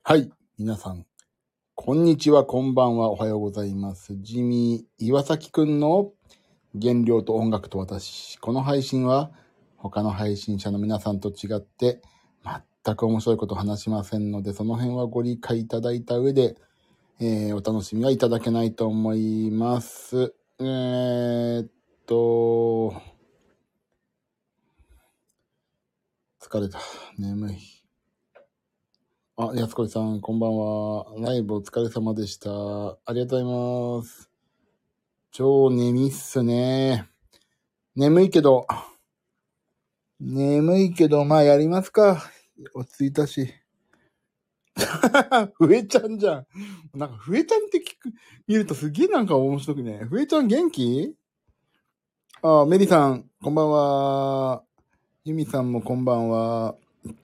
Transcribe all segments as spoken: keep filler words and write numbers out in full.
はい。皆さん、こんにちは、こんばんは、おはようございます。ジミー岩崎くんの原料と音楽と私。この配信は他の配信者の皆さんと違って全く面白いことを話しませんので、その辺はご理解いただいた上で、えー、お楽しみはいただけないと思います。えー、っと、疲れた。眠い。あ、やすこりさん、こんばんは。ライブお疲れ様でした。ありがとうございます。超眠いっすね。眠いけど、眠いけど、まあやりますか。落ち着いたし。ふえちゃんじゃん。なんか、ふえちゃんって聞く、見るとすげえなんか面白くね。ふえちゃん元気？あ、メリさん、こんばんは。ユミさんもこんばんは。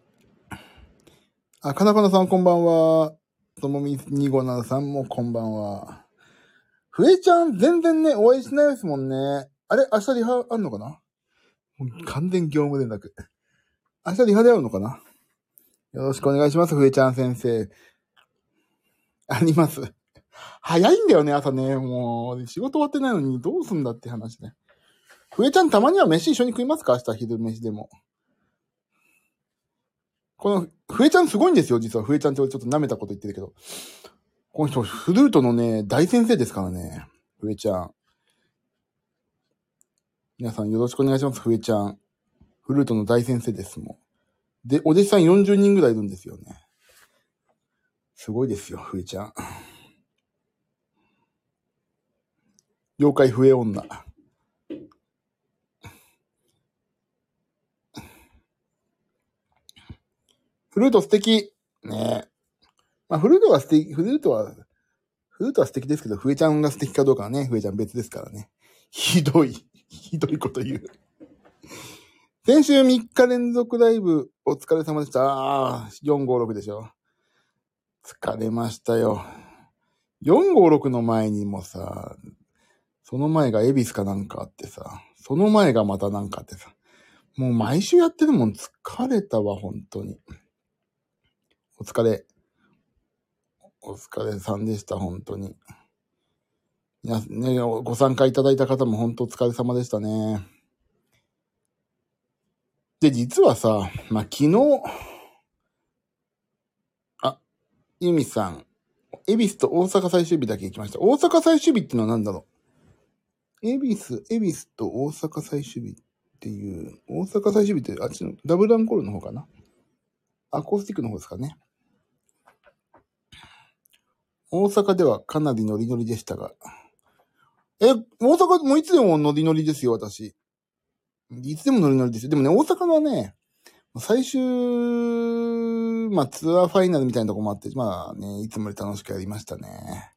あ、かなかなさんこんばんは。ともみにごななさんもこんばんは。ふえちゃん全然ね、お会いしないですもんね。あれ明日リハあんのかな？完全業務連絡。明日リハで会うのかな？よろしくお願いします、ふえちゃん先生。あります。早いんだよね、朝ね。もう、仕事終わってないのにどうすんだって話ね。ふえちゃんたまには飯一緒に食いますか？明日昼飯でも。この、ふえちゃんすごいんですよ、実は。ふえちゃんって俺ちょっと舐めたこと言ってるけど。この人、フルートのね、大先生ですからね。ふえちゃん。皆さんよろしくお願いします、ふえちゃん。フルートの大先生ですもん。で、お弟子さんよんじゅうにんぐらいいるんですよね。すごいですよ、ふえちゃん。妖怪ふえ女。フルート素敵。ねえ。まあ、フルートは素敵、フルートは、フルートは素敵ですけど、ふえちゃんが素敵かどうかはね、ふえちゃん別ですからね。ひどい。ひどいこと言う。先週みっか連続ライブお疲れ様でした。ああ、よんごろくでしょ。疲れましたよ。よんごろくの前にもさ、その前が恵比寿かなんかあってさ、その前がまたなんかあってさ、もう毎週やってるもん疲れたわ、本当に。お疲れ。お疲れさんでした、本当に。いや、ね、ご参加いただいた方も本当お疲れ様でしたね。で、実はさ、まあ、昨日、あ、ユミさん、恵比寿と大阪最終日だけ行きました。大阪最終日ってのは何だろう？恵比寿、恵比寿と大阪最終日っていう、大阪最終日ってあっちのダブルアンコールの方かな？アコースティックの方ですかね。大阪ではかなりノリノリでしたが。え、大阪もういつでもノリノリですよ、私。いつでもノリノリですよ。でもね、大阪はね、最終、まあツアーファイナルみたいなとこもあって、まあね、いつもより楽しくやりましたね。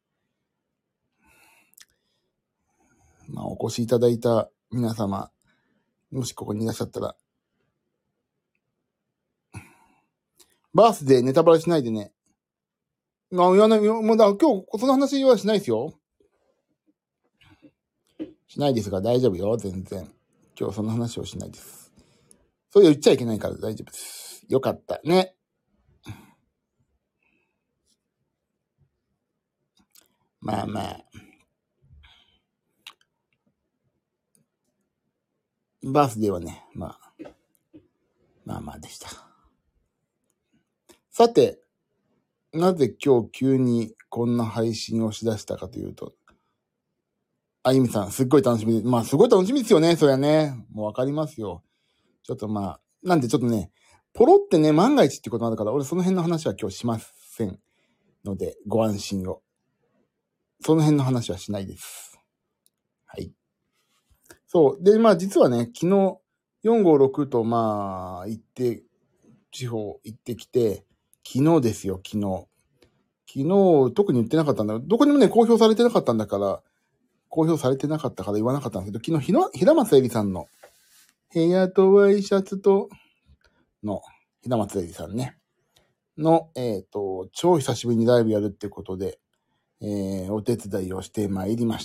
まあお越しいただいた皆様、もしここにいらっしゃったら、バースでネタバレしないでね。あ、言わない、もうだ、今日、その話はしないですよ。しないですが大丈夫よ、全然。今日その話をしないです。それ言っちゃいけないから大丈夫です。よかったね。まあまあ。バースデーはね、まあ、まあまあでした。さて、なぜ今日急にこんな配信をしだしたかというと、あゆみさん、すっごい楽しみで、まあすごい楽しみですよね、そりゃね。もうわかりますよ。ちょっとまあ、なんでちょっとね、ポロってね、万が一ってこともあるから、俺その辺の話は今日しませんので、ご安心を。その辺の話はしないです。はい。そう。で、まあ実はね、昨日、よんごろくとまあ、行って、地方行ってきて、昨日ですよ、昨日。昨日、特に言ってなかったんだ。どこにもね、公表されてなかったんだから、公表されてなかったから言わなかったんですけど、昨日、ひの平松えりさんの、ヘアとワイシャツと、の、平松えりさんね、の、えっと、超久しぶりにライブやるってことで、えー、お手伝いをしてまいりました。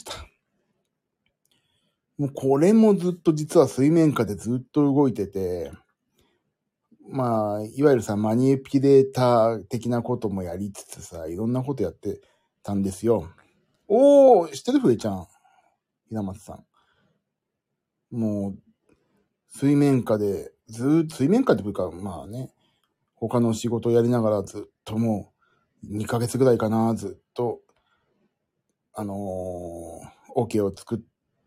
もうこれもずっと実は水面下でずっと動いてて、 まあ、いわゆるさ、マニピュレーター的なこともやりつつさ、いろんなことやってたんですよ。おー、知ってるふえちゃん。平松さん。もう、水面下で、ずーっと、水面下っていうか、まあね、他の仕事をやりながらずっともう、にかげつぐらいかな、ずっと、あのー、オケを作っ、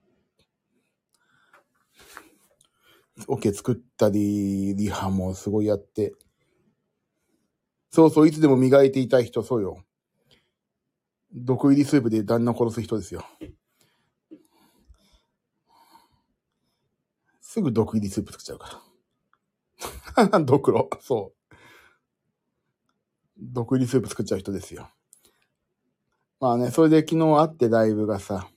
オケ作ったり、リハもすごいやって、そうそう、いつでも磨いていたい人、そうよ。毒入りスープで旦那殺す人ですよ。すぐ毒入りスープ作っちゃうから。ドクロ、そう。毒入りスープ作っちゃう人ですよ。まあね、それで昨日会ってライブがさ、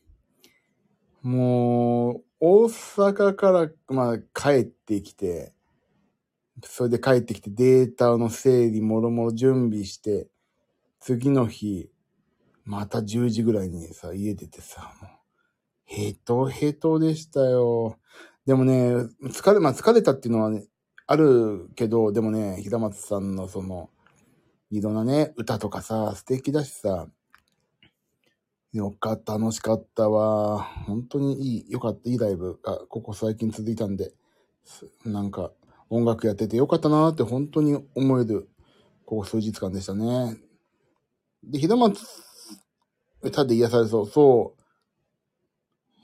もう、大阪から、まあ、帰ってきて、それで帰ってきてデータの整理もろもろ準備して、次の日、またじゅうじぐらいにさ、家出てさ、もう、ヘトヘトでしたよ。でもね、疲れ、まあ疲れたっていうのはね、あるけど、でもね、平松さんのその、いろんなね、歌とかさ、素敵だしさ、よかった、楽しかったわ。本当にいい、よかった、いいライブが、ここ最近続いたんで、なんか、音楽やっててよかったなーって本当に思える、ここ数日間でしたね。で、平松、歌で癒されそう、そう、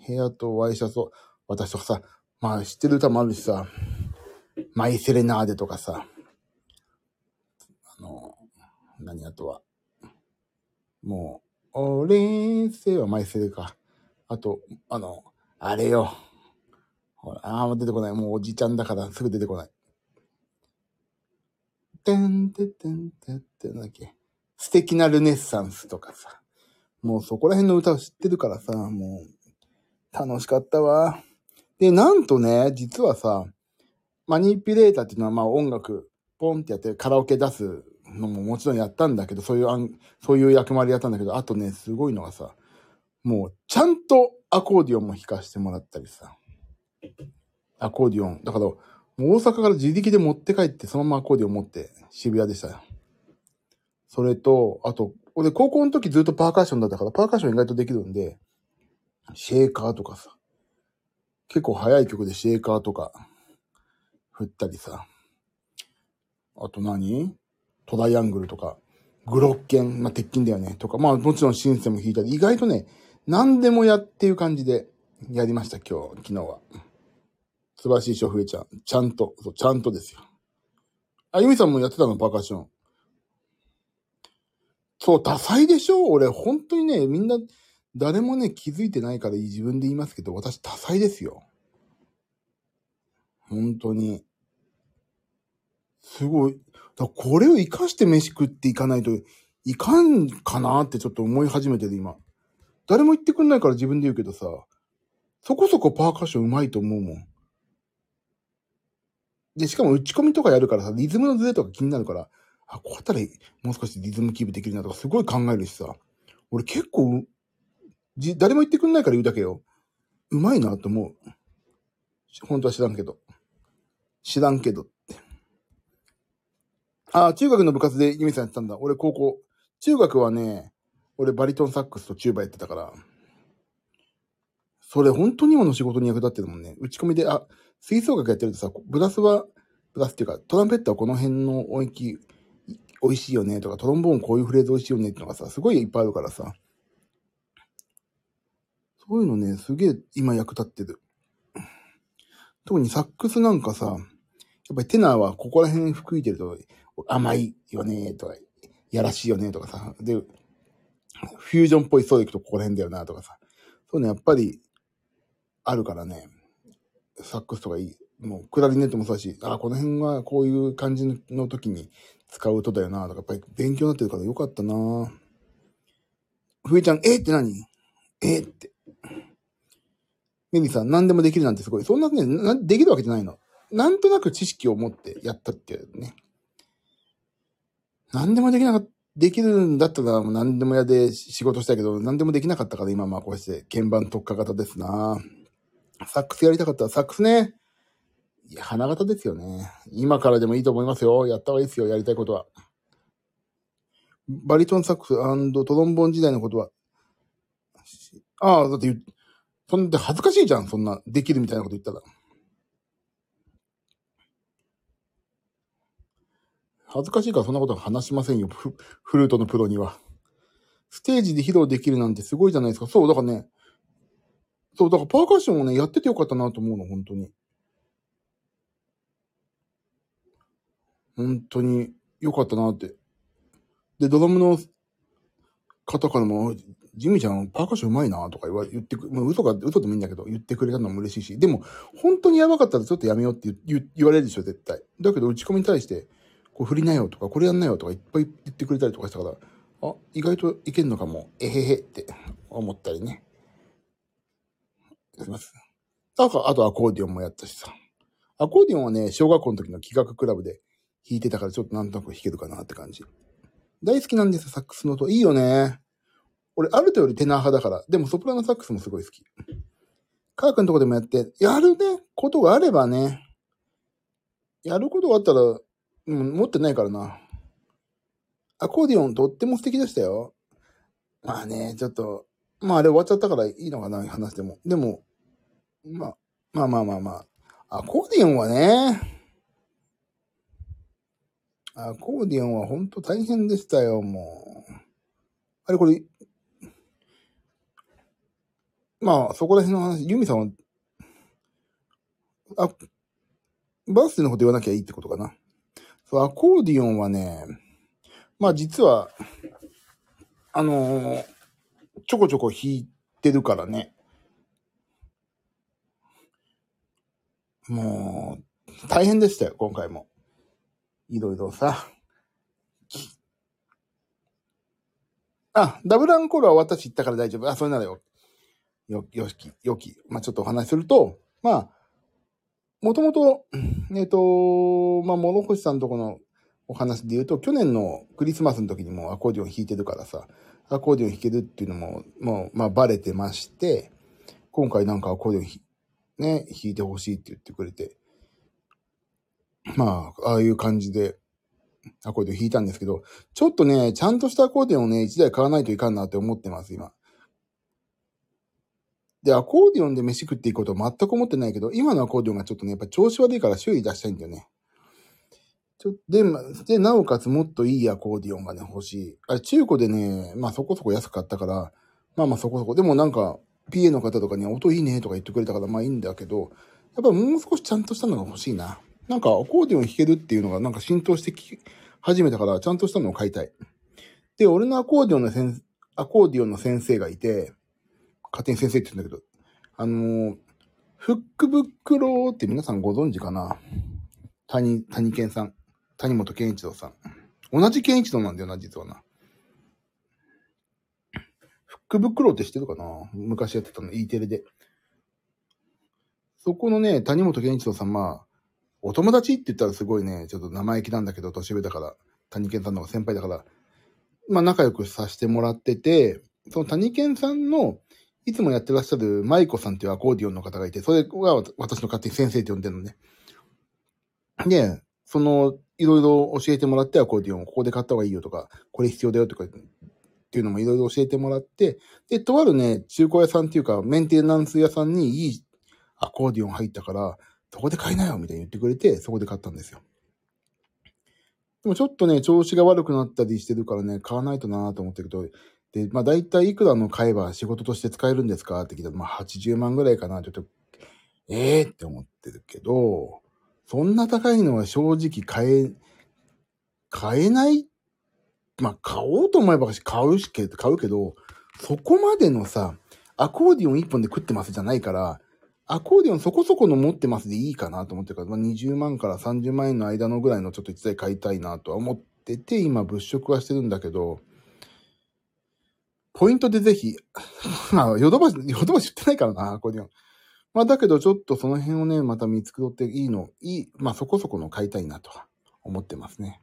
部屋とワイシャツを、私とかさ、まあ知ってる歌もあるしさ、マイセレナーデとかさ、あの、何あとは、もう、俺せはマイセレか。あと、あの、あれよ。ほら、ああ、もう出てこない。もうおじちゃんだからすぐ出てこない。てんててんてってなんだっけ。素敵なルネッサンスとかさ。もうそこら辺の歌を知ってるからさ、もう、楽しかったわ。で、なんとね、実はさ、マニピュレーターっていうのはまあ音楽、ポンってやってカラオケ出すのももちろんやったんだけど、そういうあん、そういう役割やったんだけど、あとね、すごいのがさ、もうちゃんとアコーディオンも弾かせてもらったりさ。アコーディオン。だから、もう大阪から自力で持って帰って、そのままアコーディオン持って渋谷でしたよ。それと、あと、俺高校の時ずっとパーカッションだったから、パーカッション意外とできるんで、シェーカーとかさ、結構早い曲でシェーカーとか振ったりさ、あと何トライアングルとか、グロッケン、まあ、鉄筋だよね、とか、まあもちろんシンセも弾いたり、意外とね、何でもやっていう感じでやりました、今日、昨日は。素晴らしい人増えちゃう。ちゃんと、そう、ちゃんとですよ。あゆみさんもやってたの、パーカッション。そう、多彩でしょ俺、本当にね、みんな、誰もね、気づいてないから自分で言いますけど、私多彩ですよ。本当に。すごい。だこれを活かして飯食っていかないといかんかなってちょっと思い始めてる今。誰も言ってくんないから自分で言うけどさ、そこそこパーカッションうまいと思うもん。で、しかも打ち込みとかやるからさ、リズムのズレとか気になるから、あ、こうやったらもう少しリズムキープできるなとかすごい考えるしさ、俺結構、じ、誰も言ってくんないから言うだけよ。うまいなと思う。本当は知らんけど。知らんけどって。あ、中学の部活でユミさんやってたんだ。俺高校。中学はね、俺バリトンサックスとチューバやってたから。それ本当に今の仕事に役立ってるもんね。打ち込みで、あ、吹奏楽やってるとさ、ブラスは、ブラスっていうか、トランペットはこの辺の音域、美味しいよねとか、トロンボーンこういうフレーズ美味しいよねってのがさ、すごいいっぱいあるからさ。そういうのね、すげえ今役立ってる。特にサックスなんかさ、やっぱりテナーはここら辺吹いてると甘いよねとか、やらしいよねとかさ。で、フュージョンっぽいそうでいくとここら辺だよなとかさ。そういうのやっぱりあるからね。サックスとかいい。もうクラリネットもそうだし、あ、この辺はこういう感じの時に使う音だよなとか、やっぱり勉強になってるからよかったな。ふえちゃん、えって何えって。メリーさん、何でもできるなんてすごい。そんなね、できるわけじゃないの。なんとなく知識を持ってやったっていうね。何でもできなかった、できるんだったらもう何でも屋で仕事したいけど、何でもできなかったから今まあこうして鍵盤特化型ですな。サックスやりたかった。サックスね。 いや、花形ですよね。今からでもいいと思いますよ。やった方がいいですよ。やりたいことは。バリトンサックス&トロンボーン時代のことは。ああ、だって、そんな恥ずかしいじゃん。そんな、できるみたいなこと言ったら。恥ずかしいからそんなことは話しませんよ。フ, フルートのプロには。ステージで披露できるなんてすごいじゃないですか。そう、だからね。そう、だからパーカッションをね、やっててよかったなと思うの、本当に。本当によかったなって。で、ドラムの方からも、ジミーちゃん、パーカッションうまいなとか言わ言ってく、まあ、嘘か、嘘でもいいんだけど、言ってくれたのも嬉しいし、でも、本当にやばかったらちょっとやめようって言言われるでしょ、絶対。だけど、打ち込みに対して、こう振りなよとか、これやんなよとかいっぱい言ってくれたりとかしたから、あ、意外といけんのかも、えへへって思ったりね。します。だから、あとアコーディオンもやったしさ。アコーディオンはね、小学校の時の企画クラブで弾いてたからちょっとなんとなく弾けるかなって感じ。大好きなんですよ、サックスの音。いいよね。俺、アルトよりテナー派だから。でもソプラノサックスもすごい好き。カー君のとこでもやって、やるね、ことがあればね。やることがあったら、うん、持ってないからな。アコーディオンとっても素敵でしたよ。まあね、ちょっと、まああれ終わっちゃったからいいのかな、話しても。でも、まあ、まあまあまあまあ。アコーディオンはね、アコーディオンはほんと大変でしたよ、もう。あれこれ、まあそこら辺の話、ユミさんは、あ、バースデーのこと言わなきゃいいってことかな。そう、アコーディオンはね、まあ実は、あのー、ちょこちょこ弾いてるからね。もう、大変でしたよ、今回も。いろいろさ。あ、ダブルアンコールは私言ったから大丈夫。あ、それならよ。よ、よしき、よき。まあちょっとお話しすると、まあ、もともと、えっと、まあ、諸星さんのとこのお話で言うと、去年のクリスマスの時にもアコーディオン弾いてるからさ、アコーディオン弾けるっていうのも、もう、まあ、バレてまして、今回なんかアコーディオンね、弾いてほしいって言ってくれて、まあ、ああいう感じで、アコーディオン弾いたんですけど、ちょっとね、ちゃんとしたアコーディオンをね、一台買わないといかんなって思ってます、今。で、アコーディオンで飯食っていくことは全く思ってないけど、今のアコーディオンがちょっとね、やっぱ調子悪いから修理出したいんだよね。ちょで、で、なおかつもっといいアコーディオンがね、欲しい。あれ、中古でね、まあそこそこ安かったから、まあまあそこそこ。でもなんか、ピーエー の方とかに音いいねとか言ってくれたから、まあいいんだけど、やっぱもう少しちゃんとしたのが欲しいな。なんかアコーディオン弾けるっていうのがなんか浸透してき始めたから、ちゃんとしたのを買いたい。で、俺のアコーディオンの先、アコーディオンの先生がいて、勝手に先生って言うんだけど、あのー、フックブックローって皆さんご存知かな？谷、谷健さん。谷本健一郎さん。同じ健一郎なんだよな、実はな。フックブックローって知ってるかな？昔やってたの、E テレで。そこのね、谷本健一郎さん、まあ、お友達って言ったらすごいね、ちょっと生意気なんだけど、年上だから、谷健さんの方が先輩だから、まあ仲良くさせてもらってて、その谷健さんの、いつもやってらっしゃる舞子さんっていうアコーディオンの方がいて、それが私の勝手に先生って呼んでるのね。で、その、いろいろ教えてもらってアコーディオンをここで買った方がいいよとか、これ必要だよとかっていうのもいろいろ教えてもらって、で、とあるね、中古屋さんっていうか、メンテナンス屋さんにいいアコーディオン入ったから、そこで買いなよみたいに言ってくれて、そこで買ったんですよ。でもちょっとね、調子が悪くなったりしてるからね、買わないとなと思ってるけど、で、まあ大体いくらの買えば仕事として使えるんですかって聞いたら、まあはちじゅうまんぐらいかなって言うと、ええー、って思ってるけど、そんな高いのは正直買え、買えない。まあ、買おうと思えば買うし、買うけど、そこまでのさ、アコーディオン一本で食ってますじゃないから、アコーディオンそこそこの持ってますでいいかなと思ってるから、まあ、にじゅうまんからさんじゅうまん円の間のぐらいのちょっと一台買いたいなとは思ってて、今物色はしてるんだけど、ポイントでぜひ、まあ、ヨドバシ、ヨドバシ売ってないからな、アコーディオン。まあ、だけどちょっとその辺をね、また見つけっていいの、いい、まあそこそこの買いたいなとは思ってますね。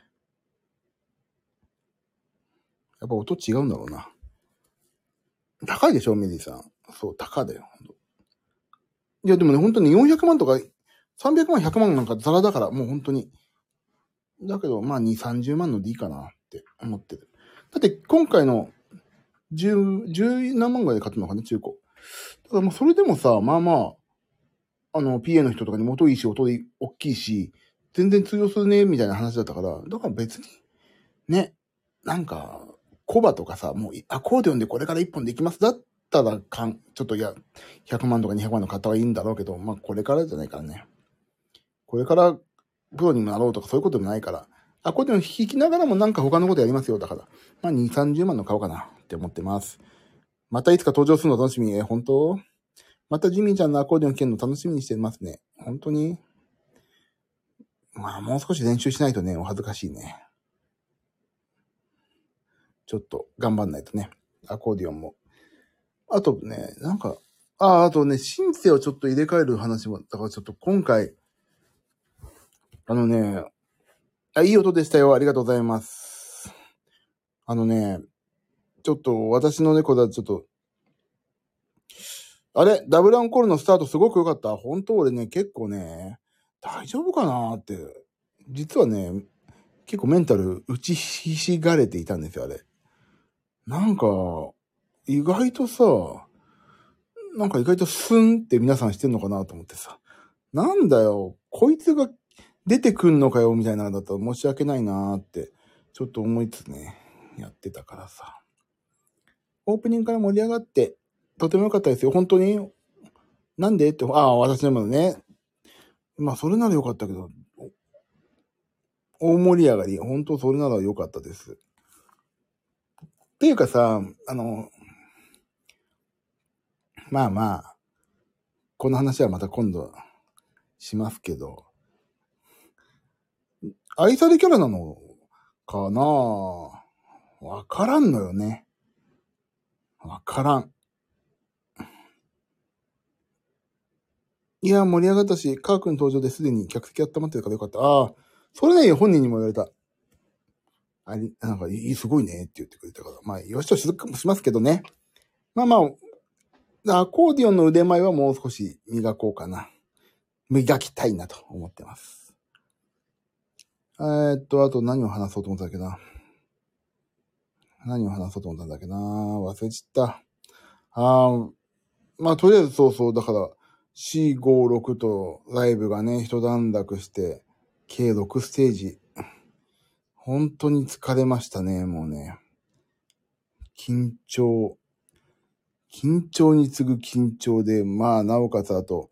やっぱ音違うんだろうな。高いでしょ、メリーさん。そう、高だよ。いや、でもね、本当によんひゃくまんとか、 さんびゃくまん、ひゃくまんなんかザラだから、もう本当に。だけど、まあに、さんじゅうまんのでいいかなって思ってる。だって今回のじゅう、じゅう何万ぐらいで買ったのかね、中古。だからもうそれでもさ、まあまあ、あの、ピーエー の人とかにも音いいし、音大きいし、全然通用するね、みたいな話だったから、だから別に、ね、なんか、コバとかさ、もうアコーディオンでこれから一本できます。だったら、かん、ちょっといや、ひゃくまんとかにひゃくまんの方はいいんだろうけど、まあこれからじゃないからね。これからプロにもなろうとかそういうこともないから、アコーディオン弾きながらもなんか他のことやりますよ。だから、まあに、さんじゅうまんの買おうかなって思ってます。またいつか登場するの楽しみ。え、本当？またジミーちゃんのアコーディオン弾けるの楽しみにしてますね。本当に？まあもう少し練習しないとね、お恥ずかしいね。ちょっと頑張んないとね。アコーディオンも。あとね、なんか、ああ、あとね、シンセをちょっと入れ替える話も、だからちょっと今回、あのね、あ、いい音でしたよ。ありがとうございます。あのね、ちょっと私の猫だとちょっと、あれダブルアンコールのスタートすごく良かった。本当俺ね、結構ね、大丈夫かなって。実はね、結構メンタル打ちひしがれていたんですよ、あれ。なんか、意外とさ、なんか意外とスンって皆さんしてんのかなと思ってさ。なんだよ、こいつが出てくんのかよ、みたいなのだったら申し訳ないなーって、ちょっと思いつつね、やってたからさ。オープニングから盛り上がって、とても良かったですよ。本当に。なんでって、ああ、私でもね。まあ、それなら良かったけど、大盛り上がり。本当それなら良かったです。っていうかさ、あの、まあまあ、この話はまた今度しますけど、愛されキャラなのかな？わからんのよね。わからん。いや、盛り上がったし、カー君登場ですでに客席温まってるからよかった。ああ、それね、本人にも言われた。あれ、なんか、いい、すごいねって言ってくれたから。まあ、よしとしますけどね。まあまあ、アコーディオンの腕前はもう少し磨こうかな。磨きたいなと思ってます。えーっと、あと何を話そうと思ったんだっけな。何を話そうと思ったんだっけな。忘れちった。ああ、まあ、とりあえずそうそう。だから、よん、ご、ろくとライブがね、一段落して、計ろくステージ。本当に疲れましたね、もうね。緊張。緊張に次ぐ緊張で、まあ、なおかつあと、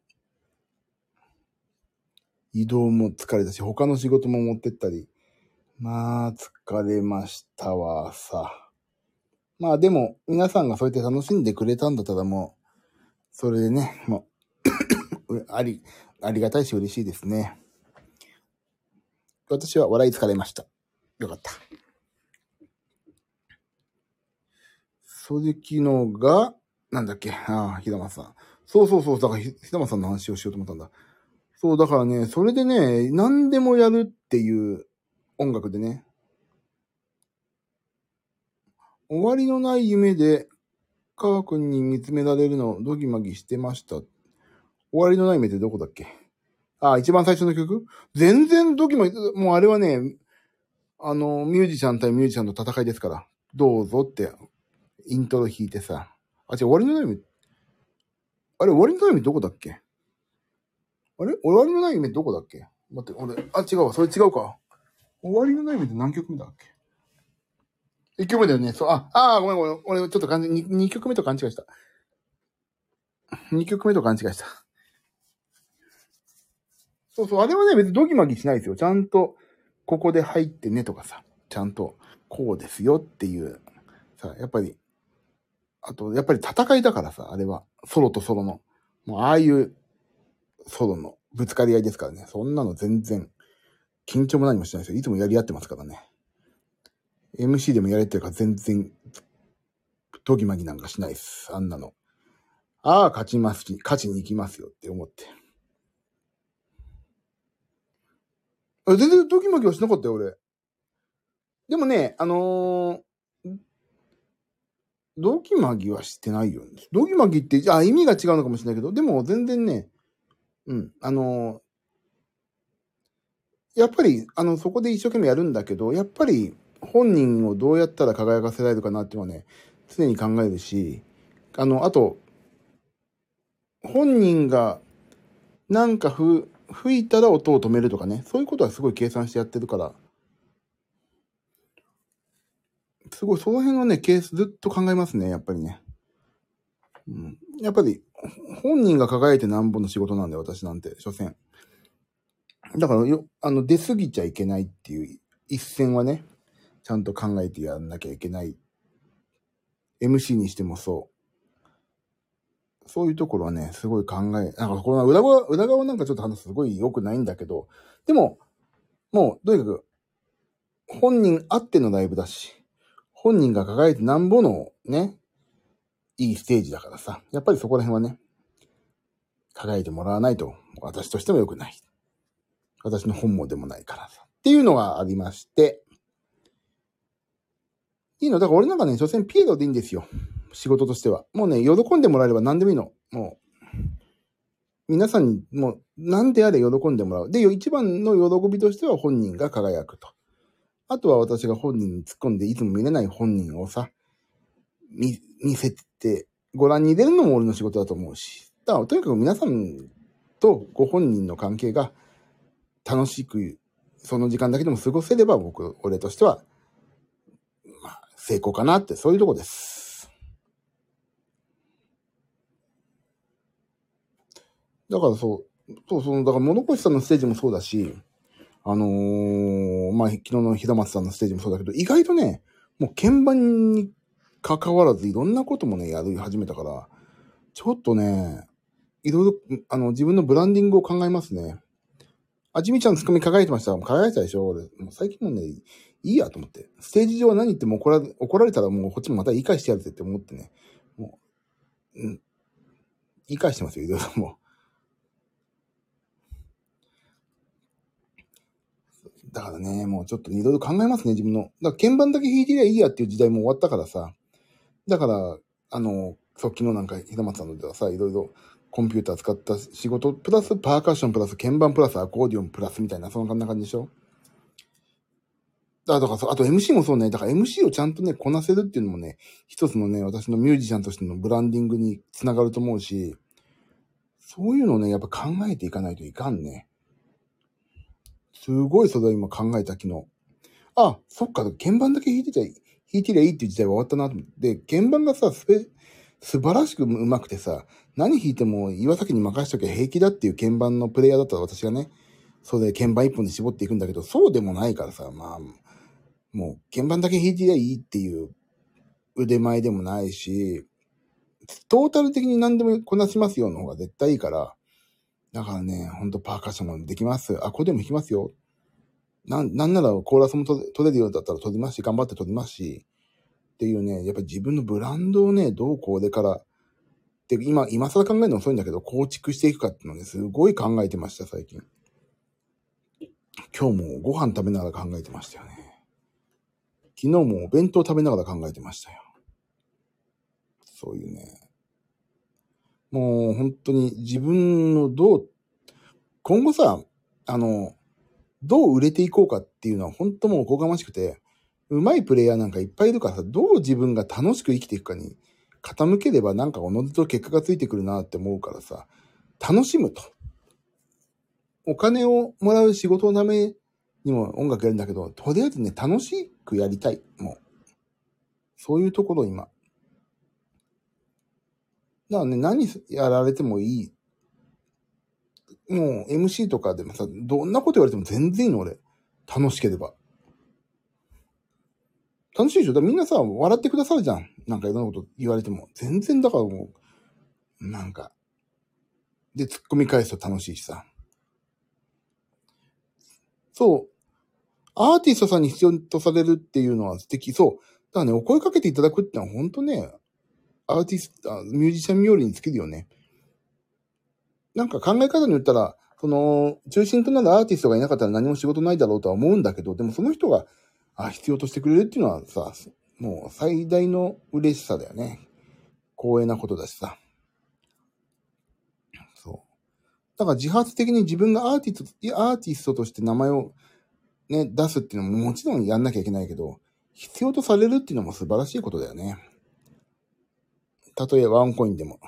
移動も疲れたし、他の仕事も持ってったり。まあ、疲れましたわ、さ。まあでも、皆さんがそうやって楽しんでくれたんだったらもう、それでね、もう、あり、ありがたいし嬉しいですね。私は笑い疲れました。よかった。それ昨日が、なんだっけ、ああ、ひだまさん。そうそうそう、だからひだまさんの話をしようと思ったんだ。そう、だからね、それでね、何でもやるっていう音楽でね、終わりのない夢で、カー君に見つめられるのをドギマギしてました。終わりのない夢ってどこだっけ？ああ、一番最初の曲？全然ドギマギ、もうあれはね、あの、ミュージシャン対ミュージシャンの戦いですから、どうぞって、イントロ弾いてさ。あ、違う、終わりのない夢。あれ、終わりのない夢どこだっけ？あれ終わりのない夢どこだっけ？待って、俺、あ、違うわ、それ違うか。終わりのない夢って何曲目だっけ？一曲目だよね。そう、あ、あー、ごめんごめん。俺、ちょっと勘違い、二曲目と勘違いした。二曲目と勘違いした。そうそう、あれはね、別にドギマギしないですよ。ちゃんと、ここで入ってねとかさ、ちゃんと、こうですよっていう、さ、やっぱり、あと、やっぱり戦いだからさ、あれは、ソロとソロの、もう、ああいう、ソロのぶつかり合いですからね。そんなの全然、緊張も何もしないですよ。いつもやり合ってますからね。エムシー でもやれてるから全然、ドギマギなんかしないです。あんなの。ああ、勝ちますき、勝ちに行きますよって思って。あ、全然ドギマギはしなかったよ、俺。でもね、あのー、ドギマギはしてないよ。ドギマギって、あ、意味が違うのかもしれないけど、でも全然ね、うん、あのやっぱり、あの、そこで一生懸命やるんだけど、やっぱり本人をどうやったら輝かせられるかなっていうのはね、常に考えるし、あの、あと、本人がなんかふ吹いたら音を止めるとかね、そういうことはすごい計算してやってるから、すごいその辺のね、ケースずっと考えますね、やっぱりね。うん、やっぱり、本人が輝いてなんぼの仕事なんだよ、私なんて、所詮。だからよ、あの、出過ぎちゃいけないっていう一線はね、ちゃんと考えてやんなきゃいけない。エムシー にしてもそう。そういうところはね、すごい考え、なんかこの裏側、裏側なんかちょっと話すごい良くないんだけど、でも、もう、とにかく、本人あってのライブだし、本人が輝いてなんぼのね、いいステージだからさ、やっぱりそこら辺はね、輝いてもらわないと、私としても良くない。私の本望でもないからさ。っていうのがありまして、いいの、だから俺なんかね、所詮ピエロでいいんですよ。仕事としては。もうね、喜んでもらえれば何でもいいの。もう、皆さんに、もう、何であれ喜んでもらう。で、一番の喜びとしては本人が輝くと。あとは私が本人に突っ込んでいつも見れない本人をさ、見、見せて、ご覧に入れるのも俺の仕事だと思うし。だから、とにかく皆さんとご本人の関係が楽しく、その時間だけでも過ごせれば僕、俺としては、まあ、成功かなって、そういうとこです。だからそう、そうそう、だから物越さんのステージもそうだし、あのー、まあ、昨日の平松さんのステージもそうだけど、意外とね、もう鍵盤に関わらずいろんなこともね、やり始めたから、ちょっとね、いろいろ、あの、自分のブランディングを考えますね。あじみちゃんツッコミ輝いてました。輝いてたでしょ俺。もう最近もね、いいやと思って。ステージ上は何言っても怒ら、怒られたらもうこっちもまた言い返してやるぜって思ってね。もう、うん。言い返してますよ、いろいろもう。だからね、もうちょっといろいろ考えますね、自分の。だから鍵盤だけ弾いてりゃいいやっていう時代も終わったからさ。だから、あの、そう、昨日なんか平松さんのではさ、いろいろコンピューター使った仕事、プラスパーカッション、プラス鍵盤、プラスアコーディオン、プラスみたいな、そんな感じでしょ。だから、あと エムシー もそうね。だから エムシー をちゃんとね、こなせるっていうのもね、一つのね、私のミュージシャンとしてのブランディングにつながると思うし、そういうのをね、やっぱ考えていかないといかんね。すごいそれを今考えた昨日。あ、そっか、鍵盤だけ弾いてちゃいい、弾いてりゃいいっていう時代は終わったなと思って。で、鍵盤がさ、スペ、素晴らしく上手くてさ、何弾いても岩崎に任しときゃ平気だっていう鍵盤のプレイヤーだったら私がね、それで鍵盤一本で絞っていくんだけど、そうでもないからさ、まあ、もう鍵盤だけ弾いてりゃいいっていう腕前でもないし、トータル的に何でもこなしますよの方が絶対いいから、だからね、ほんとパーカッションもできます。あ、これでも弾きますよ。なん、なんならコーラスも取れ、取れるようだったら取りますし、頑張って取りますし、っていうね、やっぱり自分のブランドをね、どうこうでから、で、今、今更考えるの遅いんだけど、構築していくかっていうのね、すごい考えてました、最近。今日もご飯食べながら考えてましたよね。昨日もお弁当食べながら考えてましたよ。そういうね。もう本当に自分のどう、今後さ、あの、どう売れていこうかっていうのは本当もうおこがましくて、上手いプレイヤーなんかいっぱいいるからさ、どう自分が楽しく生きていくかに傾ければなんかおのずと結果がついてくるなって思うからさ、楽しむと。お金をもらう仕事のためにも音楽やるんだけど、とりあえずね、楽しくやりたい。もう。そういうところ今。だからね、何やられてもいい。もう エムシー とかでもさ、どんなこと言われても全然いいの俺。楽しければ。楽しいでしょ？だからみんなさ、笑ってくださるじゃん。なんかいろんなこと言われても。全然だからもう、なんか。で、突っ込み返すと楽しいしさ。そう。アーティストさんに必要とされるっていうのは素敵。そう。だからね、お声かけていただくってのは本当ね、アーティスト、ミュージシャン冥利に尽きるよね。なんか考え方に言ったら、その、中心となるアーティストがいなかったら何も仕事ないだろうとは思うんだけど、でもその人が、あ、必要としてくれるっていうのはさ、もう最大の嬉しさだよね。光栄なことだしさ。そだから自発的に自分がアーティスト、いやアーティストとして名前をね、出すっていうのももちろんやんなきゃいけないけど、必要とされるっていうのも素晴らしいことだよね。たとえワンコインでも。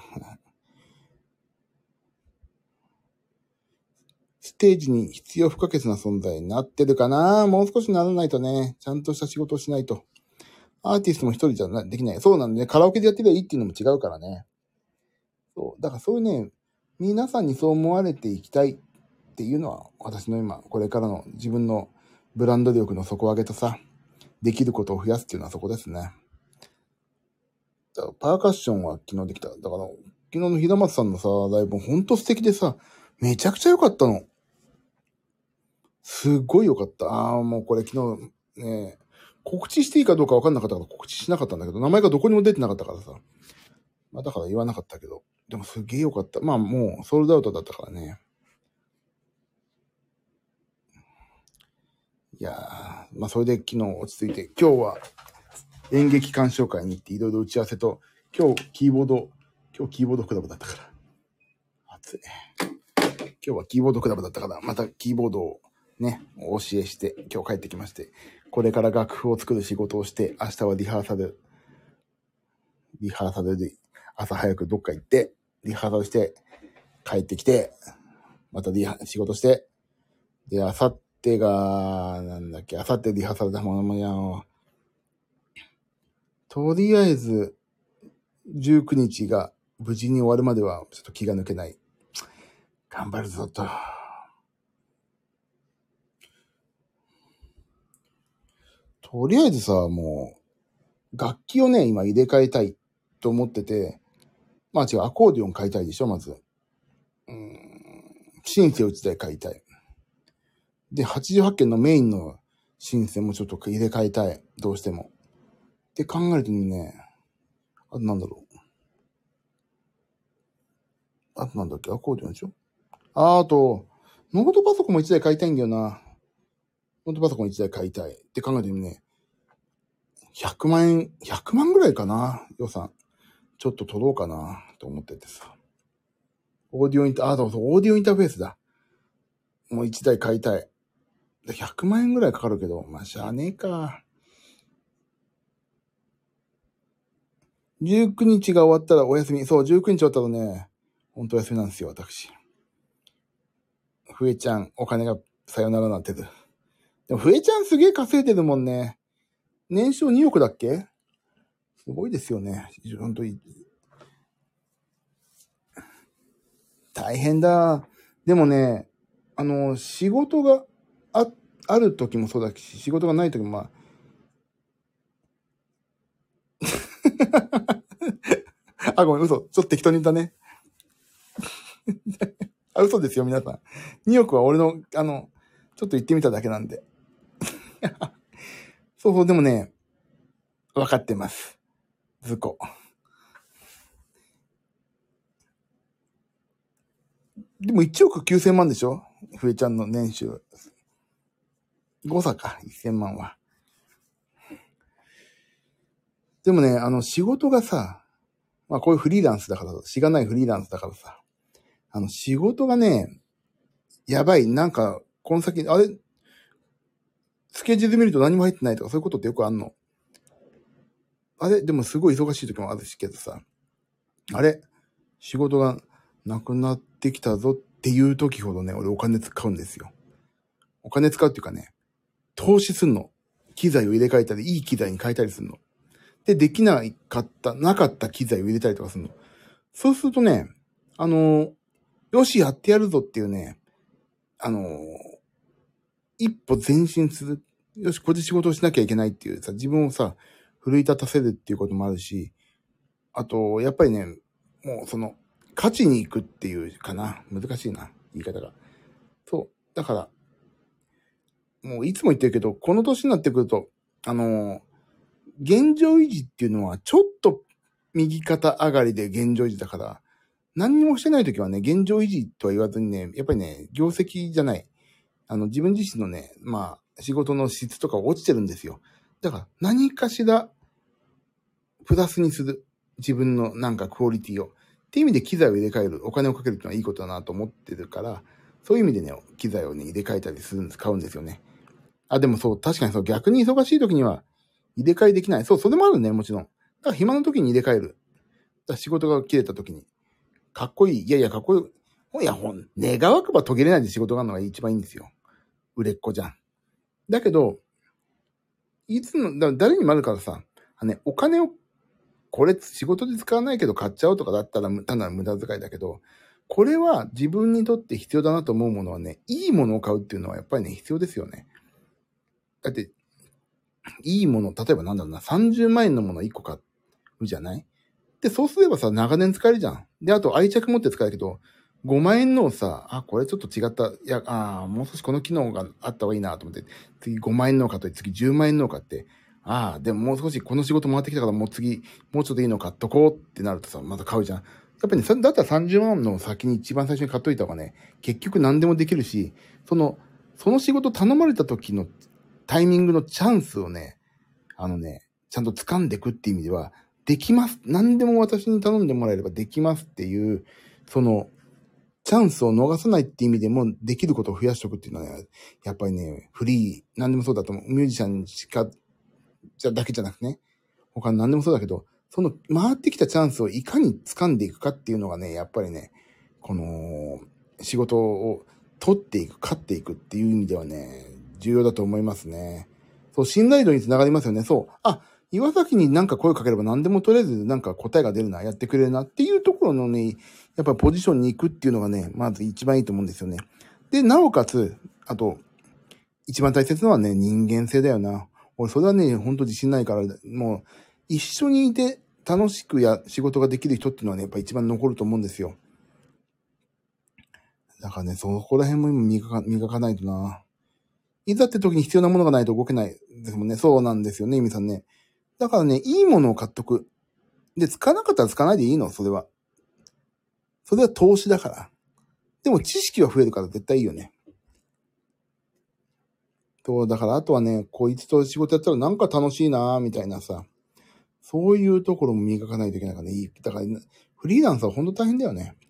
ステージに必要不可欠な存在になってるかな。もう少しならないとね、ちゃんとした仕事をしないと。アーティストも一人じゃなできない。そうなんでね、カラオケでやってりゃいいっていうのも違うからね。そう。だからそういうね、皆さんにそう思われていきたいっていうのは、私の今、これからの自分のブランド力の底上げとさ、できることを増やすっていうのはそこですね。だからパーカッションは昨日できた。だから、昨日の平松さんのさ、ライブほんと素敵でさ、めちゃくちゃ良かったの。すっごい良かった。ああ、もうこれ昨日ね、告知していいかどうか分かんなかったから告知しなかったんだけど、名前がどこにも出てなかったからさ。まあだから言わなかったけど。でもすげえ良かった。まあもうソールドアウトだったからね。いやー、まあそれで昨日落ち着いて、今日は演劇鑑賞会に行っていろいろ打ち合わせと、今日キーボード、今日キーボードクラブだったから。暑い。今日はキーボードクラブだったから、またキーボードをね、お教えして、今日帰ってきまして、これから楽譜を作る仕事をして、明日はリハーサル、リハーサルで朝早くどっか行って、リハーサルして、帰ってきて、またリハ、仕事して、で、あさってが、なんだっけ、あさってリハーサルだもん、もう、とりあえず、じゅうくにちが無事に終わるまでは、ちょっと気が抜けない。頑張るぞと。とりあえずさ、もう、楽器をね、今入れ替えたいと思ってて、まあ違う、アコーディオン買いたいでしょ、まず。うーん、シンセをいちだい買いたい。で、はちじゅうはちけんのメインのシンセもちょっと入れ替えたい。どうしても。って考えるとね、あとなんだろう。あとなんだっけ、アコーディオンでしょ。あ、あと、ノートパソコンもいちだい買いたいんだよな。ノートパソコンいちだい買いたい。って考えてもね、ひゃくまんえん、ひゃくまんぐらいかな、予算。ちょっと取ろうかな、と思っててさ。オーディオインター、あ、そうそう、オーディオインターフェースだ。もういちだい買いたい。ひゃくまんえんぐらいかかるけど、まあ、しゃあねえか。じゅうくにちが終わったらお休み。そう、じゅうくにち終わったらね、ほんとお休みなんですよ、私。ふえちゃん、お金がさよならなってる。でも、ふえちゃんすげえ稼いでるもんね。年商におくだっけ？すごいですよね。ほんとに。大変だ。でもね、あの、仕事があ、ある時もそうだし、仕事がない時もまあ。あ、ごめん、嘘。ちょっと適当に言ったね。あ、嘘ですよ、皆さん。におくは俺の、あの、ちょっと言ってみただけなんで。そうそう、でもね、わかってます。図工。でもいちおくきゅうせんまんでしょ？ふえちゃんの年収。誤差か、せんまんは。でもね、あの、仕事がさ、まあこういうフリーランスだから、しがないフリーランスだからさ、あの、仕事がね、やばい、なんか、この先、あれ、スケジュール見ると何も入ってないとか、そういうことってよくあんの。あれ、でもすごい忙しい時もあるしけどさ、あれ、仕事がなくなってきたぞっていう時ほどね、俺お金使うんですよ。お金使うっていうかね、投資すんの。機材を入れ替えたり、いい機材に変えたりするの。で、できなかった、なかった機材を入れたりとかするの。そうするとね、あの、よし、やってやるぞっていうね、あの、一歩前進する。よし、これで仕事をしなきゃいけないっていうさ、自分をさ、奮い立たせるっていうこともあるし、あと、やっぱりね、もうその、勝ちに行くっていうかな。難しいな、言い方が。そう。だから、もういつも言ってるけど、この年になってくると、あの、現状維持っていうのはちょっと右肩上がりで現状維持だから、何にもしてないときはね、現状維持とは言わずにね、やっぱりね、業績じゃない。あの、自分自身のね、まあ、仕事の質とか落ちてるんですよ。だから、何かしら、プラスにする。自分のなんかクオリティを。 っていう意味で機材を入れ替える、お金をかけるっていうのはいいことだなと思ってるから、そういう意味でね、機材をね、入れ替えたりするんです、買うんですよね。あ、でもそう、確かにそう、逆に忙しい時には入れ替えできない。そう、それもあるね、もちろん。だから暇の時に入れ替える。だから仕事が切れた時に。かっこいい。いやいや、かっこいい。いや、ほん、願わくば途切れないで仕事があるのが一番いいんですよ。売れっ子じゃん。だけど、いつの、だ誰にもあるからさ、あのね、お金を、これ仕事で使わないけど買っちゃおうとかだったら単なる無駄遣いだけど、これは自分にとって必要だなと思うものはね、いいものを買うっていうのはやっぱりね、必要ですよね。だって、いいもの、例えばなんだろうな、さんじゅうまんえんのものいっこ買うじゃない？で、そうすればさ、長年使えるじゃん。で、あと愛着持って使えるけど、ごまんえんのをさ、あ、これちょっと違った、いや、あもう少しこの機能があった方がいいなと思って、次ごまんえんのを買って、次じゅうまんえんのを買って、ああ、でももう少しこの仕事回ってきたからもう次、もうちょっといいの買っとこうってなるとさ、また買うじゃん。やっぱりね、だったらさんじゅうまんの先に一番最初に買っといた方がね、結局何でもできるし、その、その仕事頼まれた時のタイミングのチャンスをね、あのね、ちゃんと掴んでいくっていう意味では、できます。何でも私に頼んでもらえればできますっていう、その、チャンスを逃さないっていう意味でも、できることを増やしておくっていうのはね、やっぱりね、フリー、何でもそうだと思う。ミュージシャンしか、じゃ、だけじゃなくてね、他の何でもそうだけど、その回ってきたチャンスをいかに掴んでいくかっていうのがね、やっぱりね、この、仕事を取っていく、勝っていくっていう意味ではね、重要だと思いますね。そう、信頼度につながりますよね。そう。あ、岩崎になんか声かければ何でもとりあえずなんか答えが出るな、やってくれるなっていうところのね、やっぱりポジションに行くっていうのがね、まず一番いいと思うんですよね。で、なおかつ、あと、一番大切なのはね、人間性だよな。俺、それはね、ほんと自信ないから、もう、一緒にいて楽しくや、仕事ができる人っていうのはね、やっぱ一番残ると思うんですよ。だからね、そこら辺も今磨か、磨かないとな。いざって時に必要なものがないと動けないですもんね。そうなんですよね、イミさんね。だからね、いいものを買っとく。で、使わなかったら使わないでいいの、それは。それは投資だから。でも知識は増えるから絶対いいよね。そう、だからあとはね、こいつと仕事やったらなんか楽しいなーみたいなさ。そういうところも磨かないといけないからね。いい。だから、ね、フリーランスはほんと大変だよね。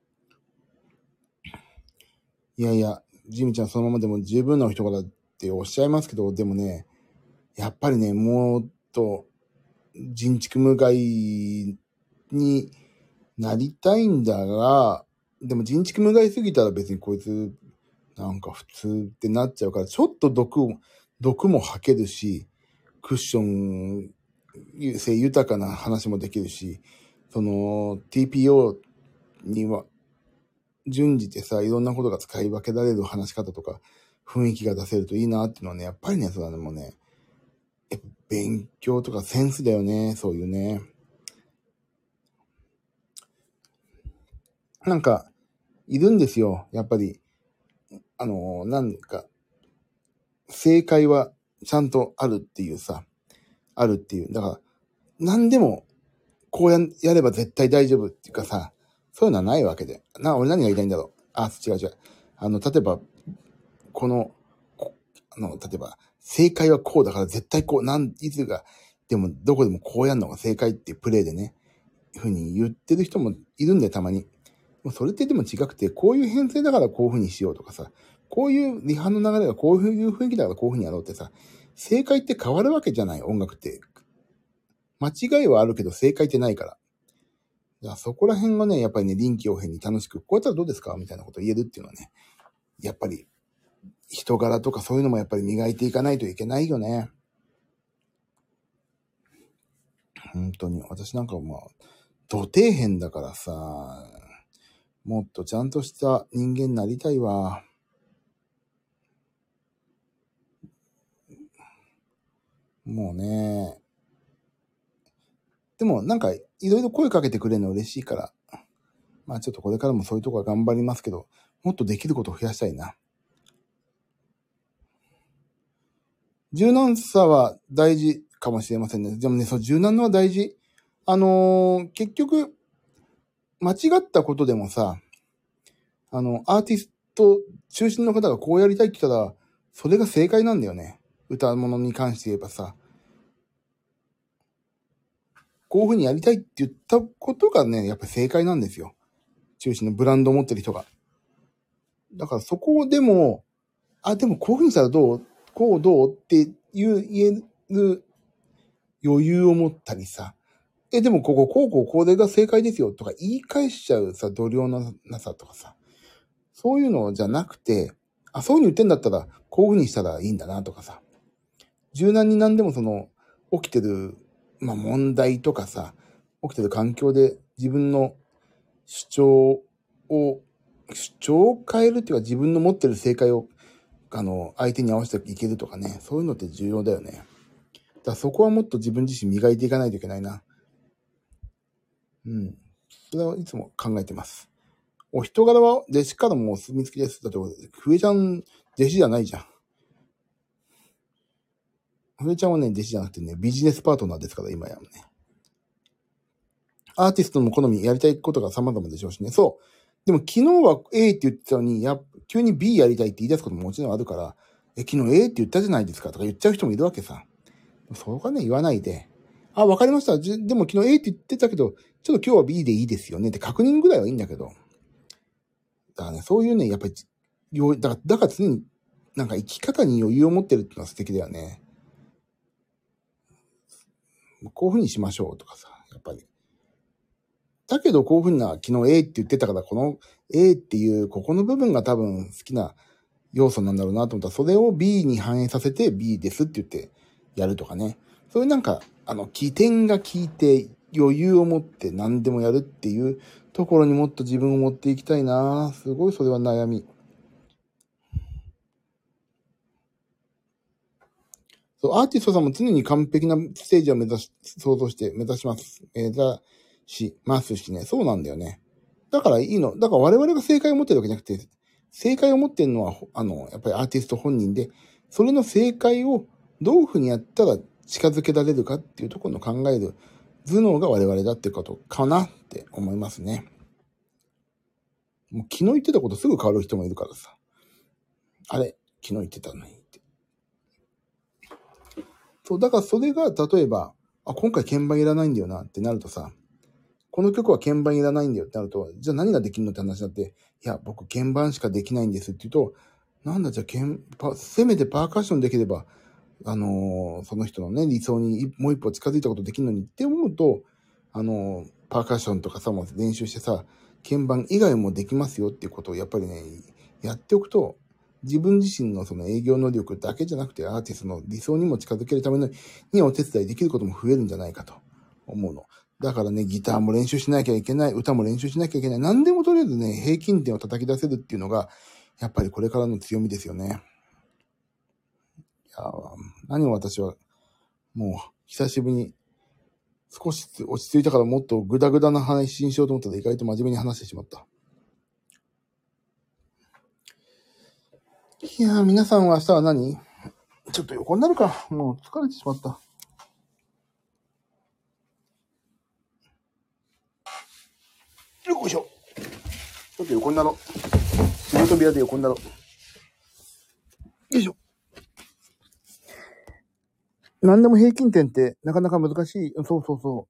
いやいや、ジミちゃんそのままでも十分な人からっておっしゃいますけど、でもね、やっぱりね、もっと人畜無害になりたいんだが、でも人畜無害すぎたら別にこいつなんか普通ってなっちゃうから、ちょっと毒を、毒も吐けるし、クッション性豊かな話もできるし、その ティーピーオー には順次てさ、いろんなことが使い分けられる話し方とか雰囲気が出せるといいなっていうのはね、やっぱりね、そうだね、もうね、勉強とかセンスだよね、そういうね。なんか、いるんですよ、やっぱり。あの、なんか、正解はちゃんとあるっていうさ、あるっていう。だから、何でも、こうや、やれば絶対大丈夫っていうかさ、そういうのはないわけで。な、俺何が言いたいんだろう。あ、違う違う。あの、例えば、この、こあの、例えば、正解はこうだから絶対こう、なん、いつが、でも、どこでもこうやるのが正解っていうプレイでね、ふうに言ってる人もいるんで、たまに。それってでも違くて、こういう編成だからこういう風にしようとかさ、こういうリハの流れがこういう雰囲気だからこういう風にやろうってさ、正解って変わるわけじゃない、音楽って。間違いはあるけど正解ってないから。じゃあそこら辺がね、やっぱりね、臨機応変に楽しく、こうやったらどうですかみたいなことを言えるっていうのはね、やっぱり人柄とかそういうのもやっぱり磨いていかないといけないよね。本当に。私なんかまあ、土底辺だからさ、もっとちゃんとした人間になりたいわ。もうね。でもなんかいろいろ声かけてくれるの嬉しいから。まあちょっとこれからもそういうとこは頑張りますけど、もっとできることを増やしたいな。柔軟さは大事かもしれませんね。でもね、そう柔軟のは大事。あのー、結局、間違ったことでもさ、あの、アーティスト中心の方がこうやりたいって言ったら、それが正解なんだよね。歌物に関して言えばさ。 こういう風にやりたいって言ったことがね、やっぱり正解なんですよ。中心のブランドを持ってる人が。だからそこでも、あ、でもこういう風にしたらどうこうどうっていう言える余裕を持ったりさ。え、でもここ、こうこうこれが正解ですよとか言い返しちゃうさ、度量のなさとかさ。そういうのじゃなくて、あ、そういう風に言ってんだったら、こういう風にしたらいいんだなとかさ。柔軟に何でもその、起きてる、まあ問題とかさ、起きてる環境で自分の主張を、主張を変えるっていうか自分の持ってる正解を、あの、相手に合わせていけるとかね、そういうのって重要だよね。だからそこはもっと自分自身磨いていかないといけないな。うん。それはいつも考えてます。お人柄は弟子からもお墨付きです。だって、ふえちゃん弟子じゃないじゃん。ふえちゃんはね、弟子じゃなくてね、ビジネスパートナーですから、今やね。アーティストの好み、やりたいことが様々でしょうしね。そう。でも昨日は A って言ってたのに、や、急に B やりたいって言い出すことももちろんあるから、え、昨日 A って言ったじゃないですかとか言っちゃう人もいるわけさ。そこはね、言わないで。あ、わかりました。じでも昨日 A って言ってたけど、ちょっと今日は B でいいですよねって確認ぐらいはいいんだけど。だからね、そういうね、やっぱり、よだから、だから常に、なんか生き方に余裕を持ってるってのは素敵だよね。こういう風にしましょうとかさ、やっぱり。だけどこういう風な、昨日 A って言ってたから、この A っていう、ここの部分が多分好きな要素なんだろうなと思ったら、それを B に反映させて B ですって言ってやるとかね。そういうなんか、あの、起点が効いて余裕を持って何でもやるっていうところにもっと自分を持っていきたいな。すごいそれは悩み。そう、アーティストさんも常に完璧なステージを目指し、想像して目指します。目指しますしね。そうなんだよね。だからいいの。だから我々が正解を持ってるわけじゃなくて、正解を持ってるのは、あの、やっぱりアーティスト本人で、それの正解をどういうふうにやったら近づけられるかっていうところの考える頭脳が我々だっていうことかなって思いますね。もう昨日言ってたことすぐ変わる人もいるからさ。あれ、昨日言ってたのにって。そう、だからそれが例えば、あ、今回鍵盤いらないんだよなってなるとさ、この曲は鍵盤いらないんだよってなると、じゃあ何ができるのって話になって、いや、僕鍵盤しかできないんですって言うと、なんだじゃあ鍵、パ、せめてパーカッションできれば、あのー、その人のね、理想にもう一歩近づいたことできるのにって思うと、あのー、パーカッションとかさ、も練習してさ、鍵盤以外もできますよっていうことをやっぱりね、やっておくと、自分自身のその営業能力だけじゃなくてアーティストの理想にも近づけるためにお手伝いできることも増えるんじゃないかと思うの。だからね、ギターも練習しなきゃいけない、歌も練習しなきゃいけない、何でもとりあえずね、平均点を叩き出せるっていうのが、やっぱりこれからの強みですよね。いや何を私は、もう、久しぶりに、少し落ち着いたからもっとグダグダな話にしようと思ったら意外と真面目に話してしまった。いやー、皆さんは明日は何？ちょっと横になるか。もう疲れてしまった。よいしょ。ちょっと横になろう。仕事部屋で横になろう。よいしょ。何でも平均点ってなかなか難しい。そうそうそう。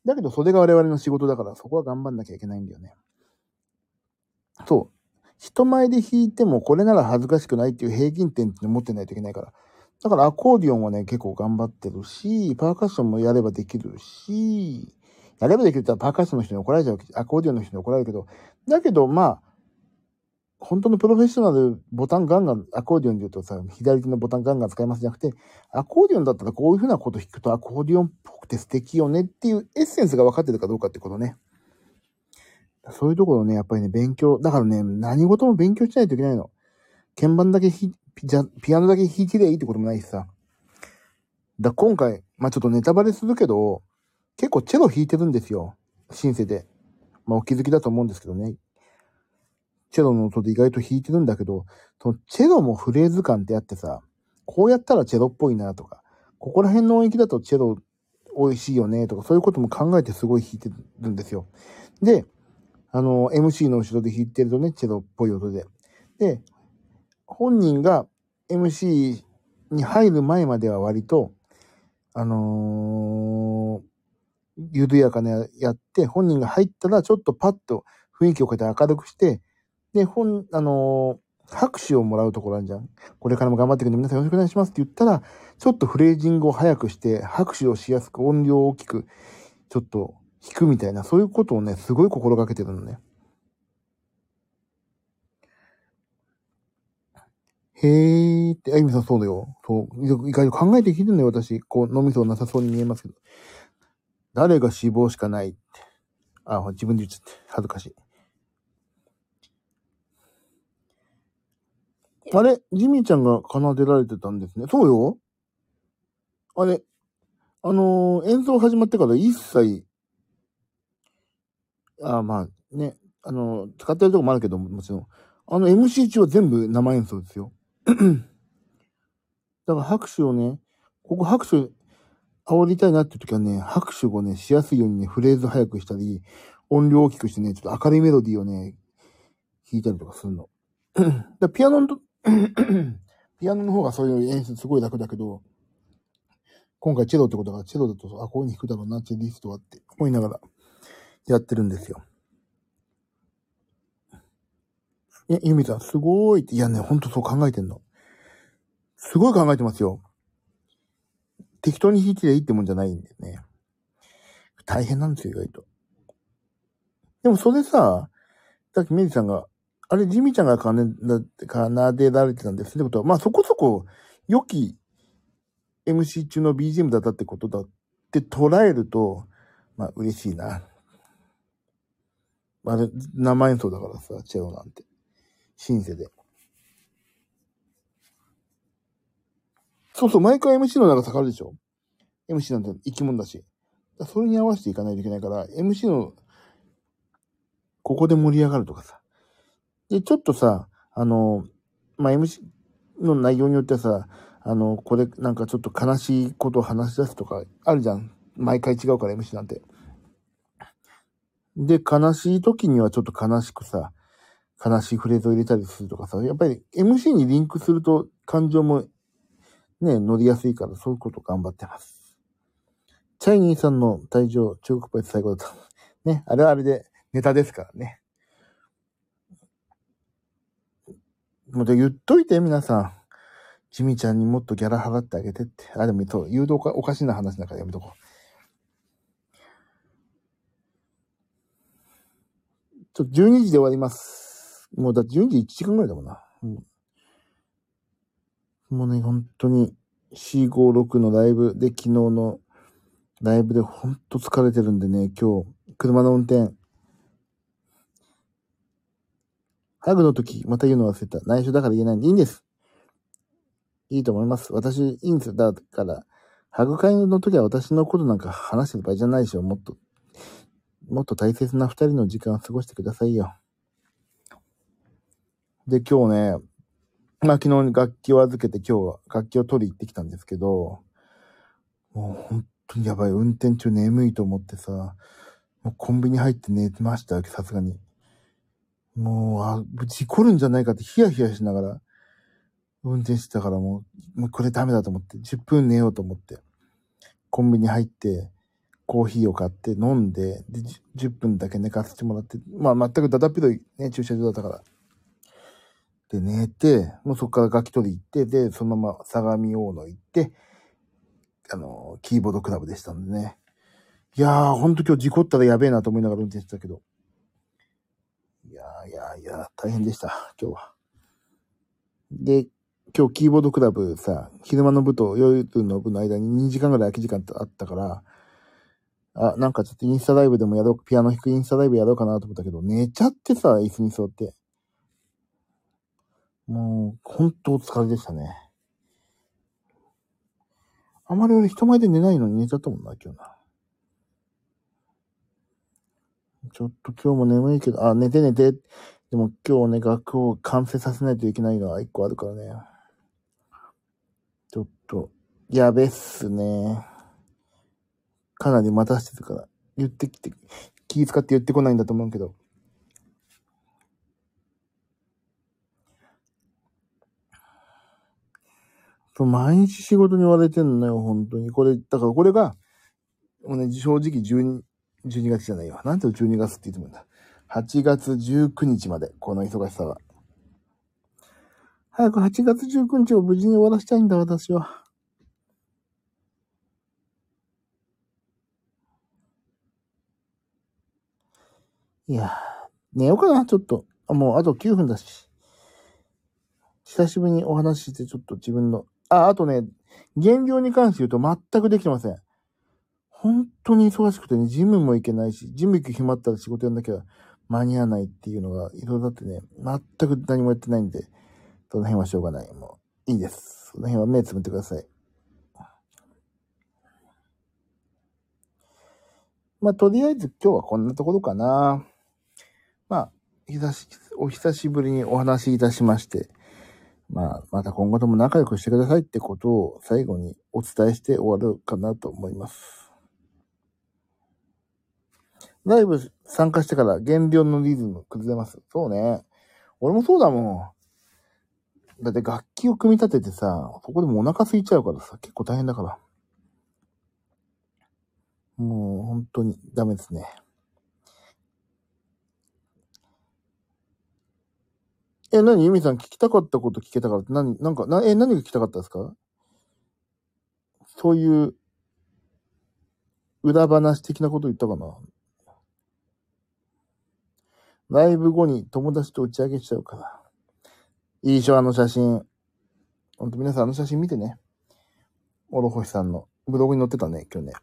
だけどそれが我々の仕事だからそこは頑張んなきゃいけないんだよね。そう。人前で弾いてもこれなら恥ずかしくないっていう平均点って持ってないといけないから。だからアコーディオンはね、結構頑張ってるし、パーカッションもやればできるし、やればできるって言ったらパーカッションの人に怒られちゃうわけ、アコーディオンの人に怒られるけど、だけどまあ、本当のプロフェッショナルボタンガンガン、アコーディオンで言うとさ、左手のボタンガンガン使いますじゃなくて、アコーディオンだったらこういう風なこと弾くとアコーディオンっぽくて素敵よねっていうエッセンスが分かってるかどうかってことね。そういうところをね、やっぱりね、勉強、だからね、何事も勉強しないといけないの。鍵盤だけ弾ピ、ピアノだけ弾いてりゃいいってこともないしさ。だ今回、まあちょっとネタバレするけど、結構チェロ弾いてるんですよ。シンセで。まあお気づきだと思うんですけどね。チェロの音で意外と弾いてるんだけど、そのチェロもフレーズ感ってあってさ、こうやったらチェロっぽいなとか、ここら辺の音域だとチェロ美味しいよねとか、そういうことも考えてすごい弾いてるんですよ。で、あの、エムシー の後ろで弾いてるとね、チェロっぽい音で。で、本人が エムシー に入る前までは割と、あのー、 緩やかなやって、本人が入ったらちょっとパッと雰囲気を変えて明るくして、で、本、あのー拍手をもらうところあるじゃん。これからも頑張ってくれて皆さんよろしくお願いしますって言ったら、ちょっとフレージングを早くして、拍手をしやすく音量を大きく、ちょっと弾くみたいな、そういうことをね、すごい心がけてるのね。へーって、あゆみさんそうだよ。そう、意外と考えてきてるのよ、私。こう、脳みそなさそうに見えますけど。誰が死亡しかないって。あ、自分で言っちゃって。恥ずかしい。あれジミーちゃんが奏でられてたんですね。そうよ。あれ、あのー演奏始まってから一切、あ、まあね、あのー使ってるとこもあるけど、もちろん。あの エムシー 中は全部生演奏ですよ。だから拍手をね、ここ拍手煽りたいなっていう時はね、拍手をね、しやすいようにね、フレーズ早くしたり、音量大きくしてね、ちょっと明るいメロディーをね、弾いたりとかするの。だピアノの、ピアノの方がそういう演出すごい楽だけど、今回チェロってことが、チェロだと、あ、こういう風に弾くだろうな、チェリストはって思いながらやってるんですよ。え、ゆみさん、すごいって、いやね、ほんとそう考えてんの。すごい考えてますよ。適当に弾いてりゃいいってもんじゃないんでね。大変なんですよ、意外と。でもそれさ、さっきメリさんが、あれ、ジミちゃんが奏でられてたんですってことは、まあそこそこ良き エムシー 中の ビージーエム だったってことだって捉えると、まあ嬉しいな。あれ、生演奏だからさ、チェロなんて。シンセで。そうそう、毎回 エムシー の中下がるでしょ？ エムシー なんて生き物だし。だそれに合わせていかないといけないから、エムシー のここで盛り上がるとかさ。で、ちょっとさ、あの、まあ、エムシー の内容によってはさ、あの、これなんかちょっと悲しいことを話し出すとかあるじゃん。毎回違うから エムシー なんて。で、悲しい時にはちょっと悲しくさ、悲しいフレーズを入れたりするとかさ、やっぱり エムシー にリンクすると感情もね、乗りやすいからそういうこと頑張ってます。チャイニーさんの退場、中国っぽい最後だった。ね、あれはあれでネタですからね。もうじゃあ言っといて、皆さん。ジミちゃんにもっとギャラ払ってあげてって。あ、でもそう、誘導かおかしな話だからやめとこう。ちょっとじゅうにじで終わります。もうだってじゅうにじいちじかんぐらいだもんな。うん、もうね、本当に シーごじゅうろく のライブで昨日のライブで本当疲れてるんでね、今日、車の運転。ハグの時、また言うの忘れた。内緒だから言えないんでいいんです。いいと思います。私、いいんですよ。だから、ハグ会の時は私のことなんか話してる場合じゃないでしょ。もっと、もっと大切な二人の時間を過ごしてくださいよ。で、今日ね、まあ昨日楽器を預けて今日は楽器を取り行ってきたんですけど、もう本当にやばい。運転中眠いと思ってさ、もうコンビニ入って寝てましたよ、さすがに。もう、あ、事故るんじゃないかってヒヤヒヤしながら運転してたからもう、もうこれダメだと思って、じゅっぷん寝ようと思って、コンビニ入って、コーヒーを買って飲んで、で、じゅっぷんだけ寝かせてもらって、まあ全くだだっぴどいね、駐車場だったから。で、寝て、もうそこから楽器取り行って、で、そのまま相模大野行って、あの、キーボードクラブでしたんでね。いやー、ほんと今日事故ったらやべえなと思いながら運転してたけど。いやーいやーいやー、大変でした、今日は。で、今日キーボードクラブさ、昼間の部と夜の部の間ににじかんぐらい空き時間あったから、あ、なんかちょっとインスタライブでもやろう、ピアノ弾くインスタライブやろうかなと思ったけど、寝ちゃってさ、椅子に座って。もう、ほんとお疲れでしたね。あまり俺人前で寝ないのに寝ちゃったもんな、今日な。ちょっと今日も眠いけど、あ、寝て寝て。でも今日ね、学校を完成させないといけないのが一個あるからね。ちょっと、やべっすね。かなり待たしてるから。言ってきて、気使って言ってこないんだと思うけど。毎日仕事に追われてんのよ、本当に。これ、だからこれが、 もうね、正直じゅうに、じゅうにがつじゃないよ。なんてじゅうにがつって言ってもんだ。はちがつじゅうくにちまで、この忙しさは。早くはちがつじゅうくにちを無事に終わらせたいんだ、私は。いやー、寝ようかな、ちょっと。あ、もうあときゅうふんだし。久しぶりにお話しして、ちょっと自分の、あ、あとね、減量に関して言うと全くできてません。本当に忙しくてね、ジムも行けないし、ジム行く暇あったら仕事やんなきゃ間に合わないっていうのがいろいろあってね、全く何もやってないんで、その辺はしょうがない。もう、いいです。その辺は目つぶってください。まあ、とりあえず今日はこんなところかな。まあ、久し、お久しぶりにお話しいたしまして、まあ、また今後とも仲良くしてくださいってことを最後にお伝えして終わるかなと思います。ライブ参加してから減量のリズム崩れます。そうね。俺もそうだもん。だって楽器を組み立ててさ、そこでもお腹空いちゃうからさ、結構大変だから。もう本当にダメですね。え、何ゆみさん聞きたかったこと聞けたからって何、なんか、な、え、何が聞きたかったですか？そういう裏話的なこと言ったかな？ライブ後に友達と打ち上げしちゃうから。いいでしょ、あの写真。ほんと皆さんあの写真見てね。おろほしさんのブログに載ってたね、今日ね。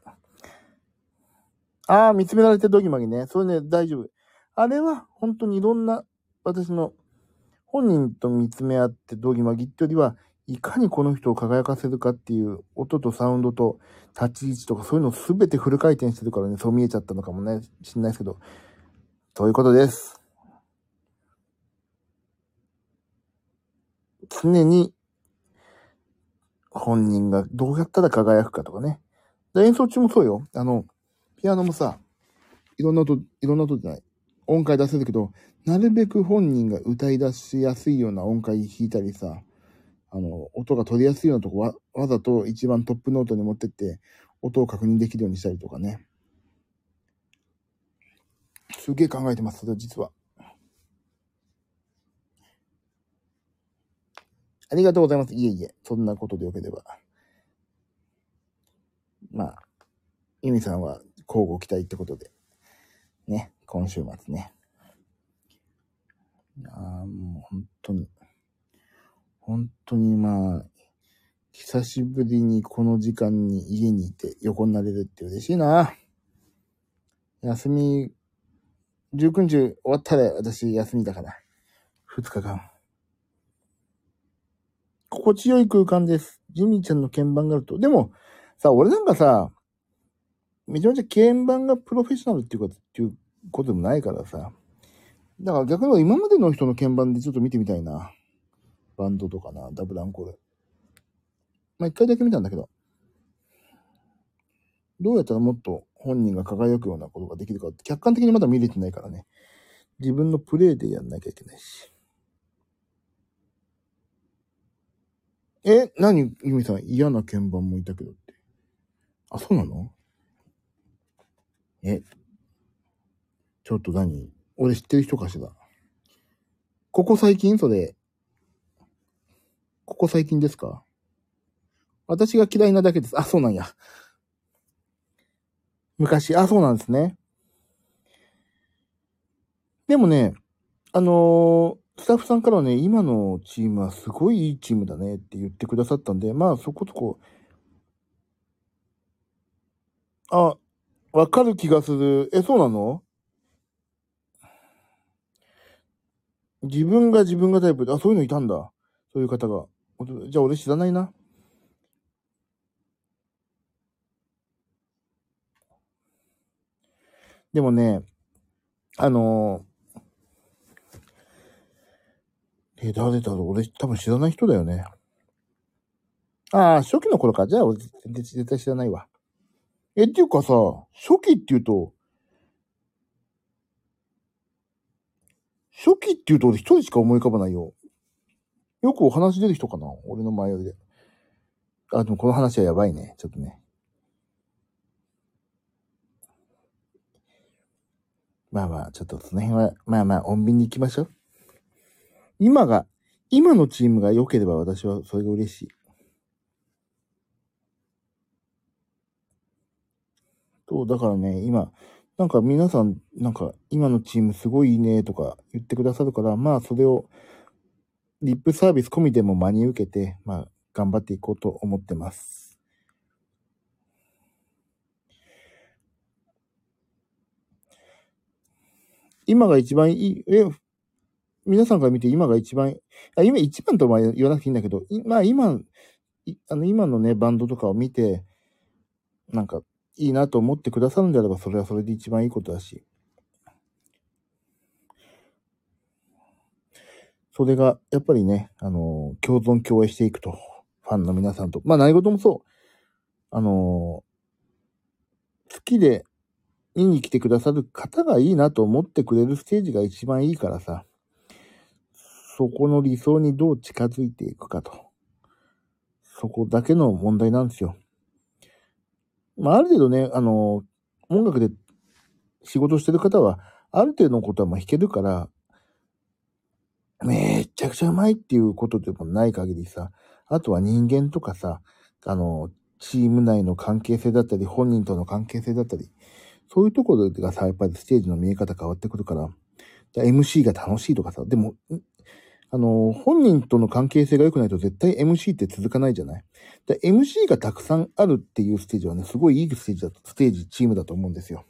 ああ、見つめられてドギマギね。それね、大丈夫。あれは本当にいろんな私の本人と見つめ合ってドギマギってよりは、いかにこの人を輝かせるかっていう音とサウンドと立ち位置とかそういうのをすべてフル回転してるからね、そう見えちゃったのかもね、しんないですけど。そういうことです。常に本人がどうやったら輝くかとかね。で演奏中もそうよ。あの、ピアノもさ、いろんな音、いろんな音じゃない。音階出せるけど、なるべく本人が歌い出しやすいような音階弾いたりさ、あの、音が取りやすいようなとこわ、わざと一番トップノートに持ってって、音を確認できるようにしたりとかね。すげえ考えてます、それ実は。ありがとうございます。いえいえ、そんなことでよければ。まあ、ユミさんは交互期待ってことで。ね、今週末ね。ああ、もう本当に。本当にまあ、久しぶりにこの時間に家にいて横になれるって嬉しいな。休み、じゅうくにち終わったら私休みだから。ふつかかん。心地よい空間です。ジミーちゃんの鍵盤があると。でも、さ、俺なんかさ、めちゃめちゃ鍵盤がプロフェッショナルっていうか、っていうことでもないからさ。だから逆に今までの人の鍵盤でちょっと見てみたいな。バンドとかな、ダブルアンコール。まあ、一回だけ見たんだけど。どうやったらもっと本人が輝くようなことができるかって客観的にまだ見れてないからね。自分のプレイでやんなきゃいけないし。え、何ゆみさん、嫌な鍵盤もいたけどって。あ、そうなの？え、ちょっと何？俺知ってる人かしら？ここ最近それ、ここ最近ですか？私が嫌いなだけです。あ、そうなんや。昔、あ、そうなんですね。でもね、あのー、スタッフさんからはね、今のチームはすごいいいチームだねって言ってくださったんで、まあそこそこ、あ、わかる気がする。え、そうなの？自分が自分がタイプで、あ、そういうのいたんだ。そういう方が。じゃあ俺知らないな。でもね、あのー、え、誰だろう？俺多分知らない人だよね。ああ、初期の頃か。じゃあ俺全然絶対知らないわ。え、っていうかさ、初期って言うと、初期って言うと俺一人しか思い浮かばないよ。よくお話出る人かな？俺の前よりで。あ、でもこの話はやばいね。ちょっとね。 まあまあ、ちょっとその辺は、まあまあ、穏便に行きましょう。今が、今のチームが良ければ私はそれが嬉しい。そう、だからね、今、なんか皆さん、なんか今のチームすごいいいねとか言ってくださるから、まあそれをリップサービス込みでも真に受けて、まあ頑張っていこうと思ってます。今が一番いい、え、皆さんから見て今が一番、あ今一番とは言わなくていいんだけど、まあ今、あの今のね、バンドとかを見て、なんかいいなと思ってくださるんであれば、それはそれで一番いいことだし。それが、やっぱりね、あの、共存共栄していくと。ファンの皆さんと。まあ何事もそう。あの、好きで見に来てくださる方がいいなと思ってくれるステージが一番いいからさ。そこの理想にどう近づいていくかと。そこだけの問題なんですよ。まあある程度ね、あの、音楽で仕事してる方は、ある程度のことはまあ弾けるから、めちゃくちゃうまいっていうことでもない限りさ、あとは人間とかさ、あの、チーム内の関係性だったり、本人との関係性だったり、そういうところがさ、やっぱりステージの見え方変わってくるから、エムシー が楽しいとかさ、でも、あの、本人との関係性が良くないと絶対 エムシー って続かないじゃない。で エムシー がたくさんあるっていうステージはね、すごいいいステージだ、ステージ、チームだと思うんですよ。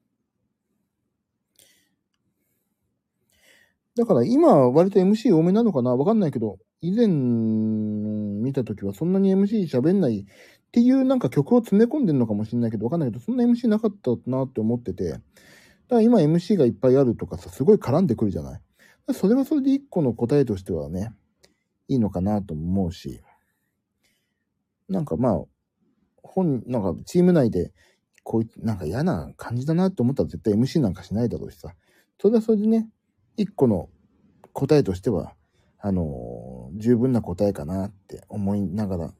だから今は割と エムシー 多めなのかなわかんないけど、以前見た時はそんなに エムシー 喋んないっていうなんか曲を詰め込んでるのかもしれないけど、わかんないけど、そんな エムシー なかったなって思ってて、だから今 エムシー がいっぱいあるとかさ、すごい絡んでくるじゃない。それはそれで一個の答えとしてはね、いいのかなと思うし、なんかまあ、本、なんかチーム内で、こういう、なんか嫌な感じだなと思ったら絶対 エムシー なんかしないだろうしさ、それはそれでね、一個の答えとしては、あのー、十分な答えかなって思いながら、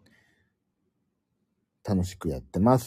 楽しくやってます。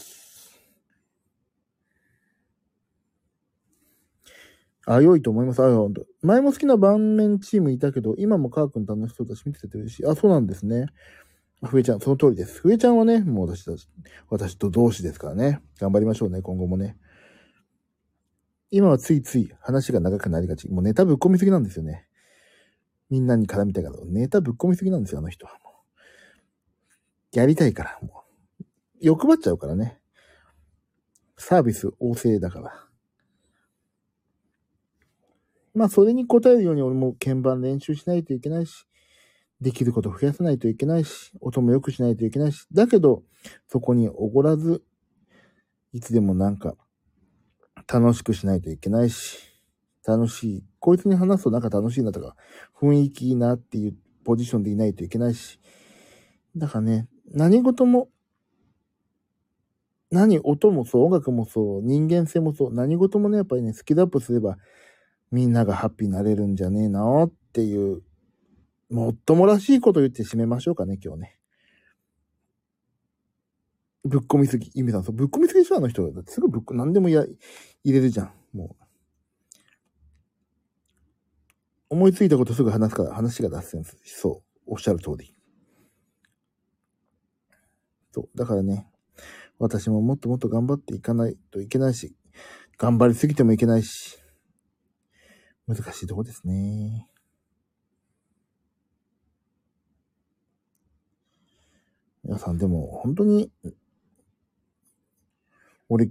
あ、良いと思います。あ、ほんと。前も好きな盤面チームいたけど、今もカー君楽しそうだし、見てて嬉しい。あ、そうなんですね。ふえちゃん、その通りです。ふえちゃんはね、もう私たち、私と同志ですからね。頑張りましょうね、今後もね。今はついつい話が長くなりがち。もうネタぶっ込みすぎなんですよね。みんなに絡みたいから、ネタぶっ込みすぎなんですよ、あの人は。もうやりたいから、もう。欲張っちゃうからね。サービス旺盛だから。まあ、それに応えるように俺も鍵盤練習しないといけないし、できること増やさないといけないし、音も良くしないといけないし、だけど、そこにおごらず、いつでもなんか、楽しくしないといけないし、楽しい。こいつに話すとなんか楽しいなとか、雰囲気いいなっていうポジションでいないといけないし。だからね、何事も、何、音もそう、音楽もそう、人間性もそう、何事もね、やっぱりね、スキルアップすれば、みんながハッピーになれるんじゃねえなっていう、もっともらしいこと言って締めましょうかね、今日ね。ぶっ込みすぎ。ゆみさん、そう、ぶっ込みすぎでしょ、あの人。だってすぐぶっこ、何でもや、入れるじゃん。もう。思いついたことすぐ話すから、話が脱線しそう。おっしゃる通り。そう。だからね、私ももっともっと頑張っていかないといけないし、頑張りすぎてもいけないし、難しいとこですね。皆さんでも、本当に、俺、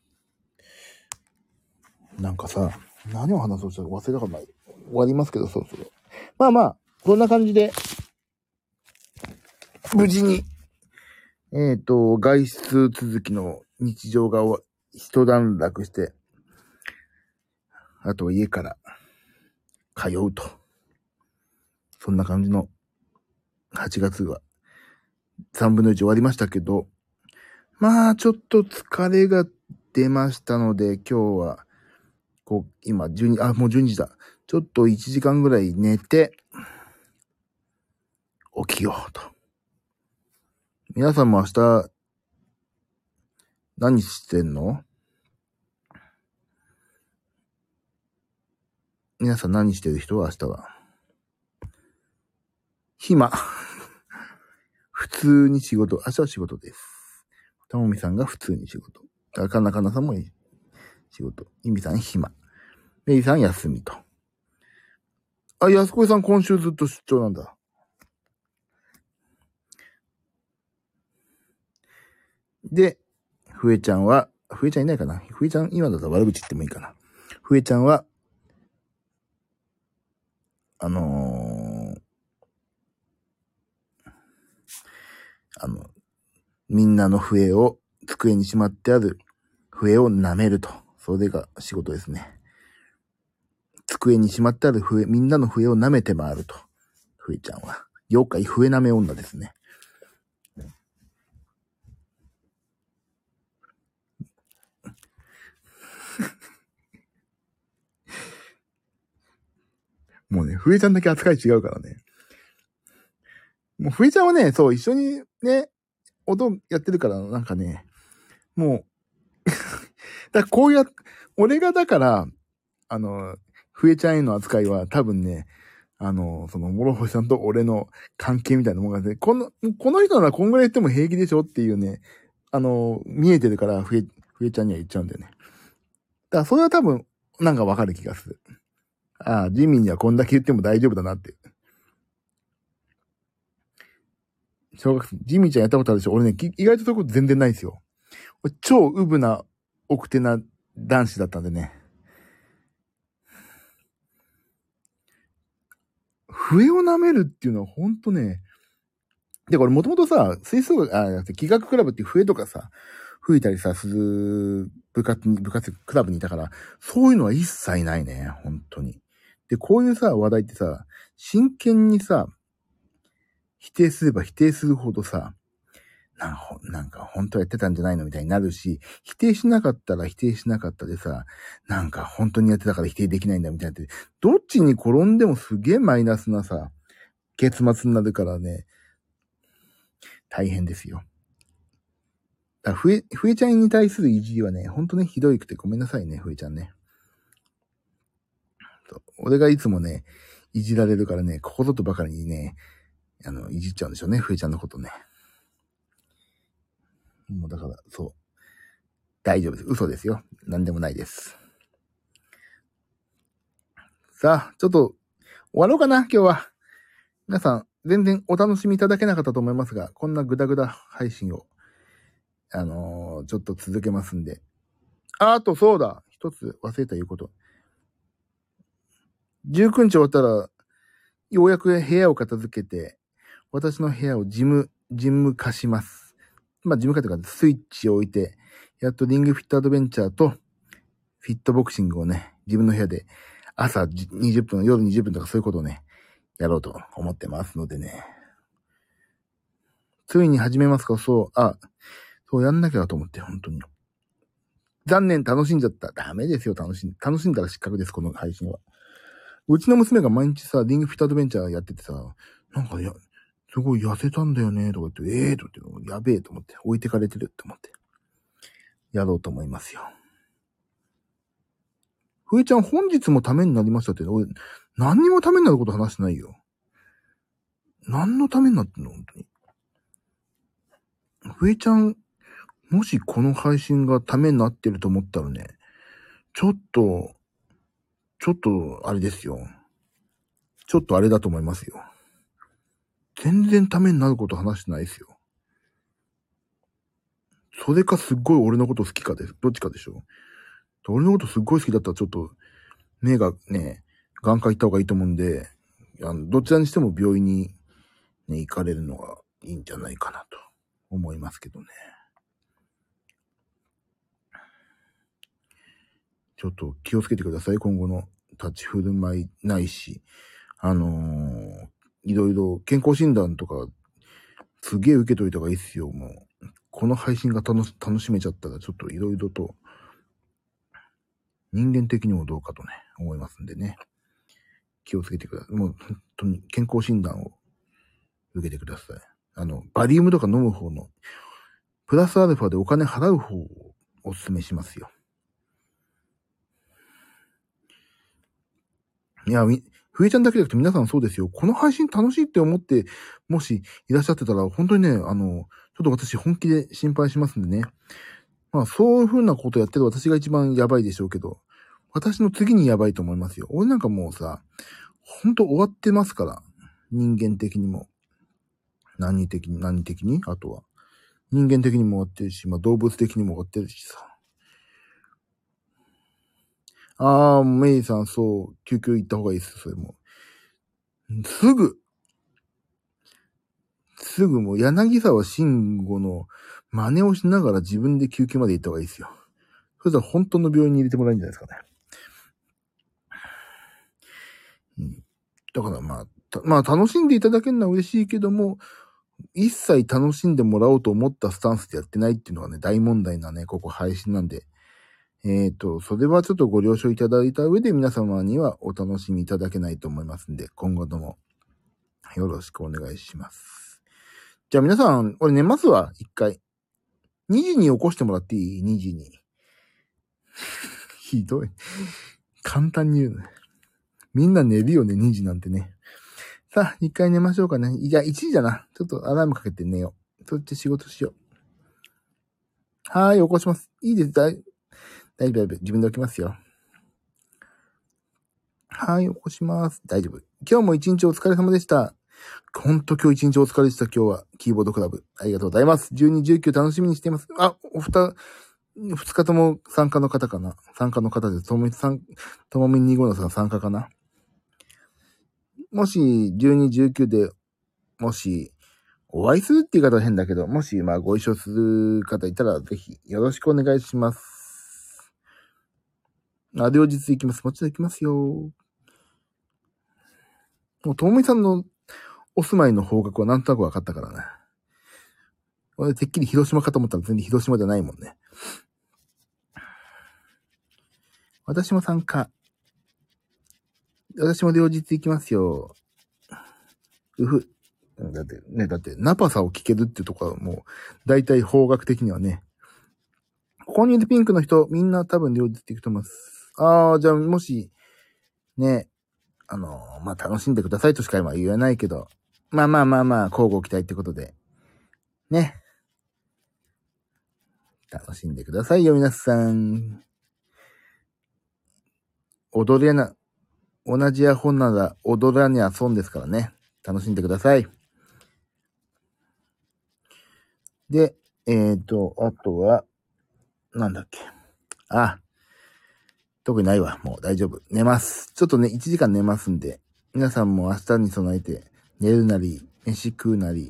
なんかさ、何を話そうとしたか忘れたから終わりますけど、そうそう。まあまあ、こんな感じで、無事に、えっと、外出続きの日常が一段落して、あと家から通うと。そんな感じのはちがつはさんぶんのいち終わりましたけど、まあちょっと疲れが出ましたので、今日は、こう、今じゅうに、あ、もうじゅうにじだ。ちょっといちじかんぐらい寝て、起きようと。皆さんも明日、何してんの？ 皆さん何してる人は明日は。暇。普通に仕事。明日は仕事です。たもみさんが普通に仕事。かなかなさんも仕事。いみさん暇。めいさん休みと。あ、やすこいさん今週ずっと出張なんだ。で、ふえちゃんは、ふえちゃんいないかな？ふえちゃん今だったら悪口言ってもいいかな。ふえちゃんは、あのー、あの、みんなの笛を机にしまってある笛を舐めると。それが仕事ですね。机にしまってある笛、みんなの笛を舐めて回ると。ふえちゃんは。妖怪笛舐め女ですね。もうね、ふえちゃんだけ扱い違うからね。もうふえちゃんはね、そう、一緒にね、音やってるから、なんかね、もう、だからこうや、俺がだから、あの、ふえちゃんへの扱いは多分ね、あの、その、諸星さんと俺の関係みたいなものがね、この、この人ならこんぐらい言っても平気でしょっていうね、あの、見えてるから、ふえ、ふえちゃんには言っちゃうんだよね。だからそれは多分、なんかわかる気がする。ああ、ジミーにはこんだけ言っても大丈夫だなって。小学生、ジミーちゃんやったことあるでしょ？俺ね、意外とそういうこと全然ないんですよ。超ウブな、奥手な男子だったんでね。笛を舐めるっていうのはほんとね、で、これもともとさ、吹奏楽、あ、気学クラブっていう笛とかさ、吹いたりさ、する部活に、部活、クラブにいたから、そういうのは一切ないね、本当に。で、こういうさ、話題ってさ、真剣にさ、否定すれば否定するほどさ、なんか、なんか本当はやってたんじゃないのみたいになるし、否定しなかったら否定しなかったでさ、なんか本当にやってたから否定できないんだみたいなって、どっちに転んでもすげえマイナスなさ、結末になるからね、大変ですよ。だからふえ、ふえちゃんに対するいじりはね、ほんとね、ひどいくてごめんなさいね、ふえちゃんね。俺がいつもね、いじられるからね、ここぞとばかりにね、あの、いじっちゃうんでしょうね、ふえちゃんのことね。もうだから、そう。大丈夫です。嘘ですよ。なんでもないです。さあ、ちょっと、終わろうかな、今日は。皆さん、全然お楽しみいただけなかったと思いますが、こんなグダグダ配信を、あのー、ちょっと続けますんで。あ、あとそうだ。一つ忘れた言うこと。じゅうくにち終わったら、ようやく部屋を片付けて、私の部屋をジム、ジム化します。まあ、ジム化というか、スイッチを置いて、やっとリングフィットアドベンチャーと、フィットボクシングをね、自分の部屋で、朝にじゅっぷん、夜にじゅっぷんとかそういうことをね、やろうと思ってますのでね。ついに始めますか？そう、あ、そうやんなきゃだと思って、本当に。残念、楽しんじゃった。ダメですよ、楽しん、楽しんだら失格です、この配信は。うちの娘が毎日さ、リングフィットアドベンチャーやっててさ、なんかや、すごい痩せたんだよね、とか言って、ええー、とか言って、やべえと思って、置いてかれてるって思って、やろうと思いますよ。ふえちゃん、本日もためになりましたって、俺、何にもためになること話してないよ。何のためになってんの本当に。ふえちゃん、もしこの配信がためになってると思ったらね、ちょっと、ちょっと、あれですよ。ちょっとあれだと思いますよ。全然ためになること話してないですよ。それかすっごい俺のこと好きかです。どっちかでしょ。俺のことすっごい好きだったらちょっと、目がね、眼科行った方がいいと思うんで、あのどちらにしても病院にね、行かれるのがいいんじゃないかなと思いますけどね。ちょっと気をつけてください。今後の立ち振る舞いないし、あのー、いろいろ健康診断とか、すげえ受けといた方がいいっすよ。もう、この配信が楽し、楽しめちゃったらちょっといろいろと、人間的にもどうかとね、思いますんでね。気をつけてください。もう本当に健康診断を受けてください。あの、バリウムとか飲む方の、プラスアルファでお金払う方をお勧めしますよ。 いや、み、ふえちゃんだけじゃなくて皆さんそうですよ。この配信楽しいって思って、もしいらっしゃってたら、本当にね、あの、ちょっと私本気で心配しますんでね。まあ、そういう風なことやってる私が一番やばいでしょうけど、私の次にやばいと思いますよ。俺なんかもうさ、本当終わってますから。人間的にも。何的に、何的にあとは。人間的にも終わってるし、まあ動物的にも終わってるしさ。あー、メイさん、そう、救急行った方がいいです、それも。すぐ、すぐもう柳沢慎吾の真似をしながら自分で救急まで行った方がいいですよ。それじゃ本当の病院に入れてもらえるんじゃないですかね。うん、だからまあ、まあ楽しんでいただけるのは嬉しいけども、一切楽しんでもらおうと思ったスタンスでやってないっていうのがね、大問題なね、ここ配信なんで。えっと、それはちょっとご了承いただいた上で皆様にはお楽しみいただけないと思いますんで、今後ともよろしくお願いします。じゃあ皆さん、俺寝ますわ、一回。にじに起こしてもらっていい ?に 時に。ひどい。簡単に言うね。みんな寝るよね、にじなんてね。さあ、一回寝ましょうかね。いや、いちじだな。ちょっとアラームかけて寝よう。そっち仕事しよう。はーい、起こします。いいです。大大丈夫、大丈夫。自分で起きますよ。はーい、起こします。大丈夫。今日も一日お疲れ様でした。ほんと今日一日お疲れでした。今日は。キーボードクラブ。ありがとうございます。じゅうに、じゅうきゅう楽しみにしています。あ、お二、二日とも参加の方かな。参加の方です。ともみさん、ともみにじゅうごのさん参加かな。もし、じゅうに、じゅうきゅうで、もし、お会いするって言い方は変だけど、もし、まあ、ご一緒する方いたら、ぜひ、よろしくお願いします。あ、両日行きます。もちろん行きますよ。もう、ともみさんのお住まいの方角はなんとなく分かったからね。俺、てっきり広島かと思ったら全然広島じゃないもんね。私も参加。私も両日行きますよ。うふ。だってね、だって、ナパサを聞けるってとこはもう、だいたい方角的にはね。ここにいるピンクの人、みんな多分両日行くと思います。あー、じゃあ、もし、ね、あのー、まあ、楽しんでくださいとしか今言えないけど、まあまあまあまあ、交互期待ってことで、ね。楽しんでくださいよ、皆さん。踊りやな、同じアホなら踊らにゃ損ですからね。楽しんでください。で、えっと、あとは、なんだっけ。あ、特にないわ。もう大丈夫。寝ます。ちょっとね、いちじかん寝ますんで、皆さんも明日に備えて、寝るなり、飯食うなり、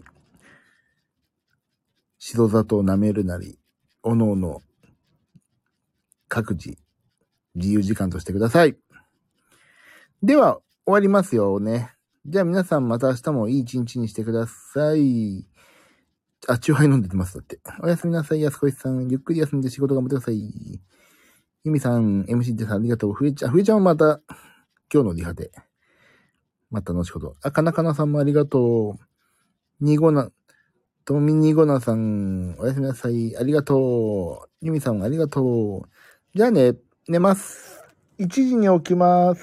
白砂糖舐めるなり、おのおの、各自、自由時間としてください。では、終わりますよね。じゃあ皆さんまた明日もいい一日にしてください。あ、チューハイ飲んでてます。だって。おやすみなさい、安子さん。ゆっくり休んで仕事頑張ってください。ゆみさん、エムシー でさんありがとう。ふえちゃん、ふえちゃんはまた、今日のリハで。また後ほど。あ、かなかなさんもありがとう。にごな、とみにごなさん、おやすみなさい。ありがとう。ゆみさん、ありがとう。じゃあね、寝ます。いちじに起きます。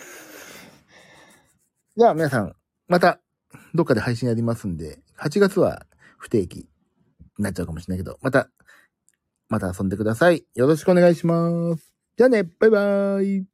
じゃあ皆さん、また、どっかで配信やりますんで、はちがつは不定期になっちゃうかもしれないけど、また、また遊んでください。よろしくお願いします。じゃあね、バイバーイ。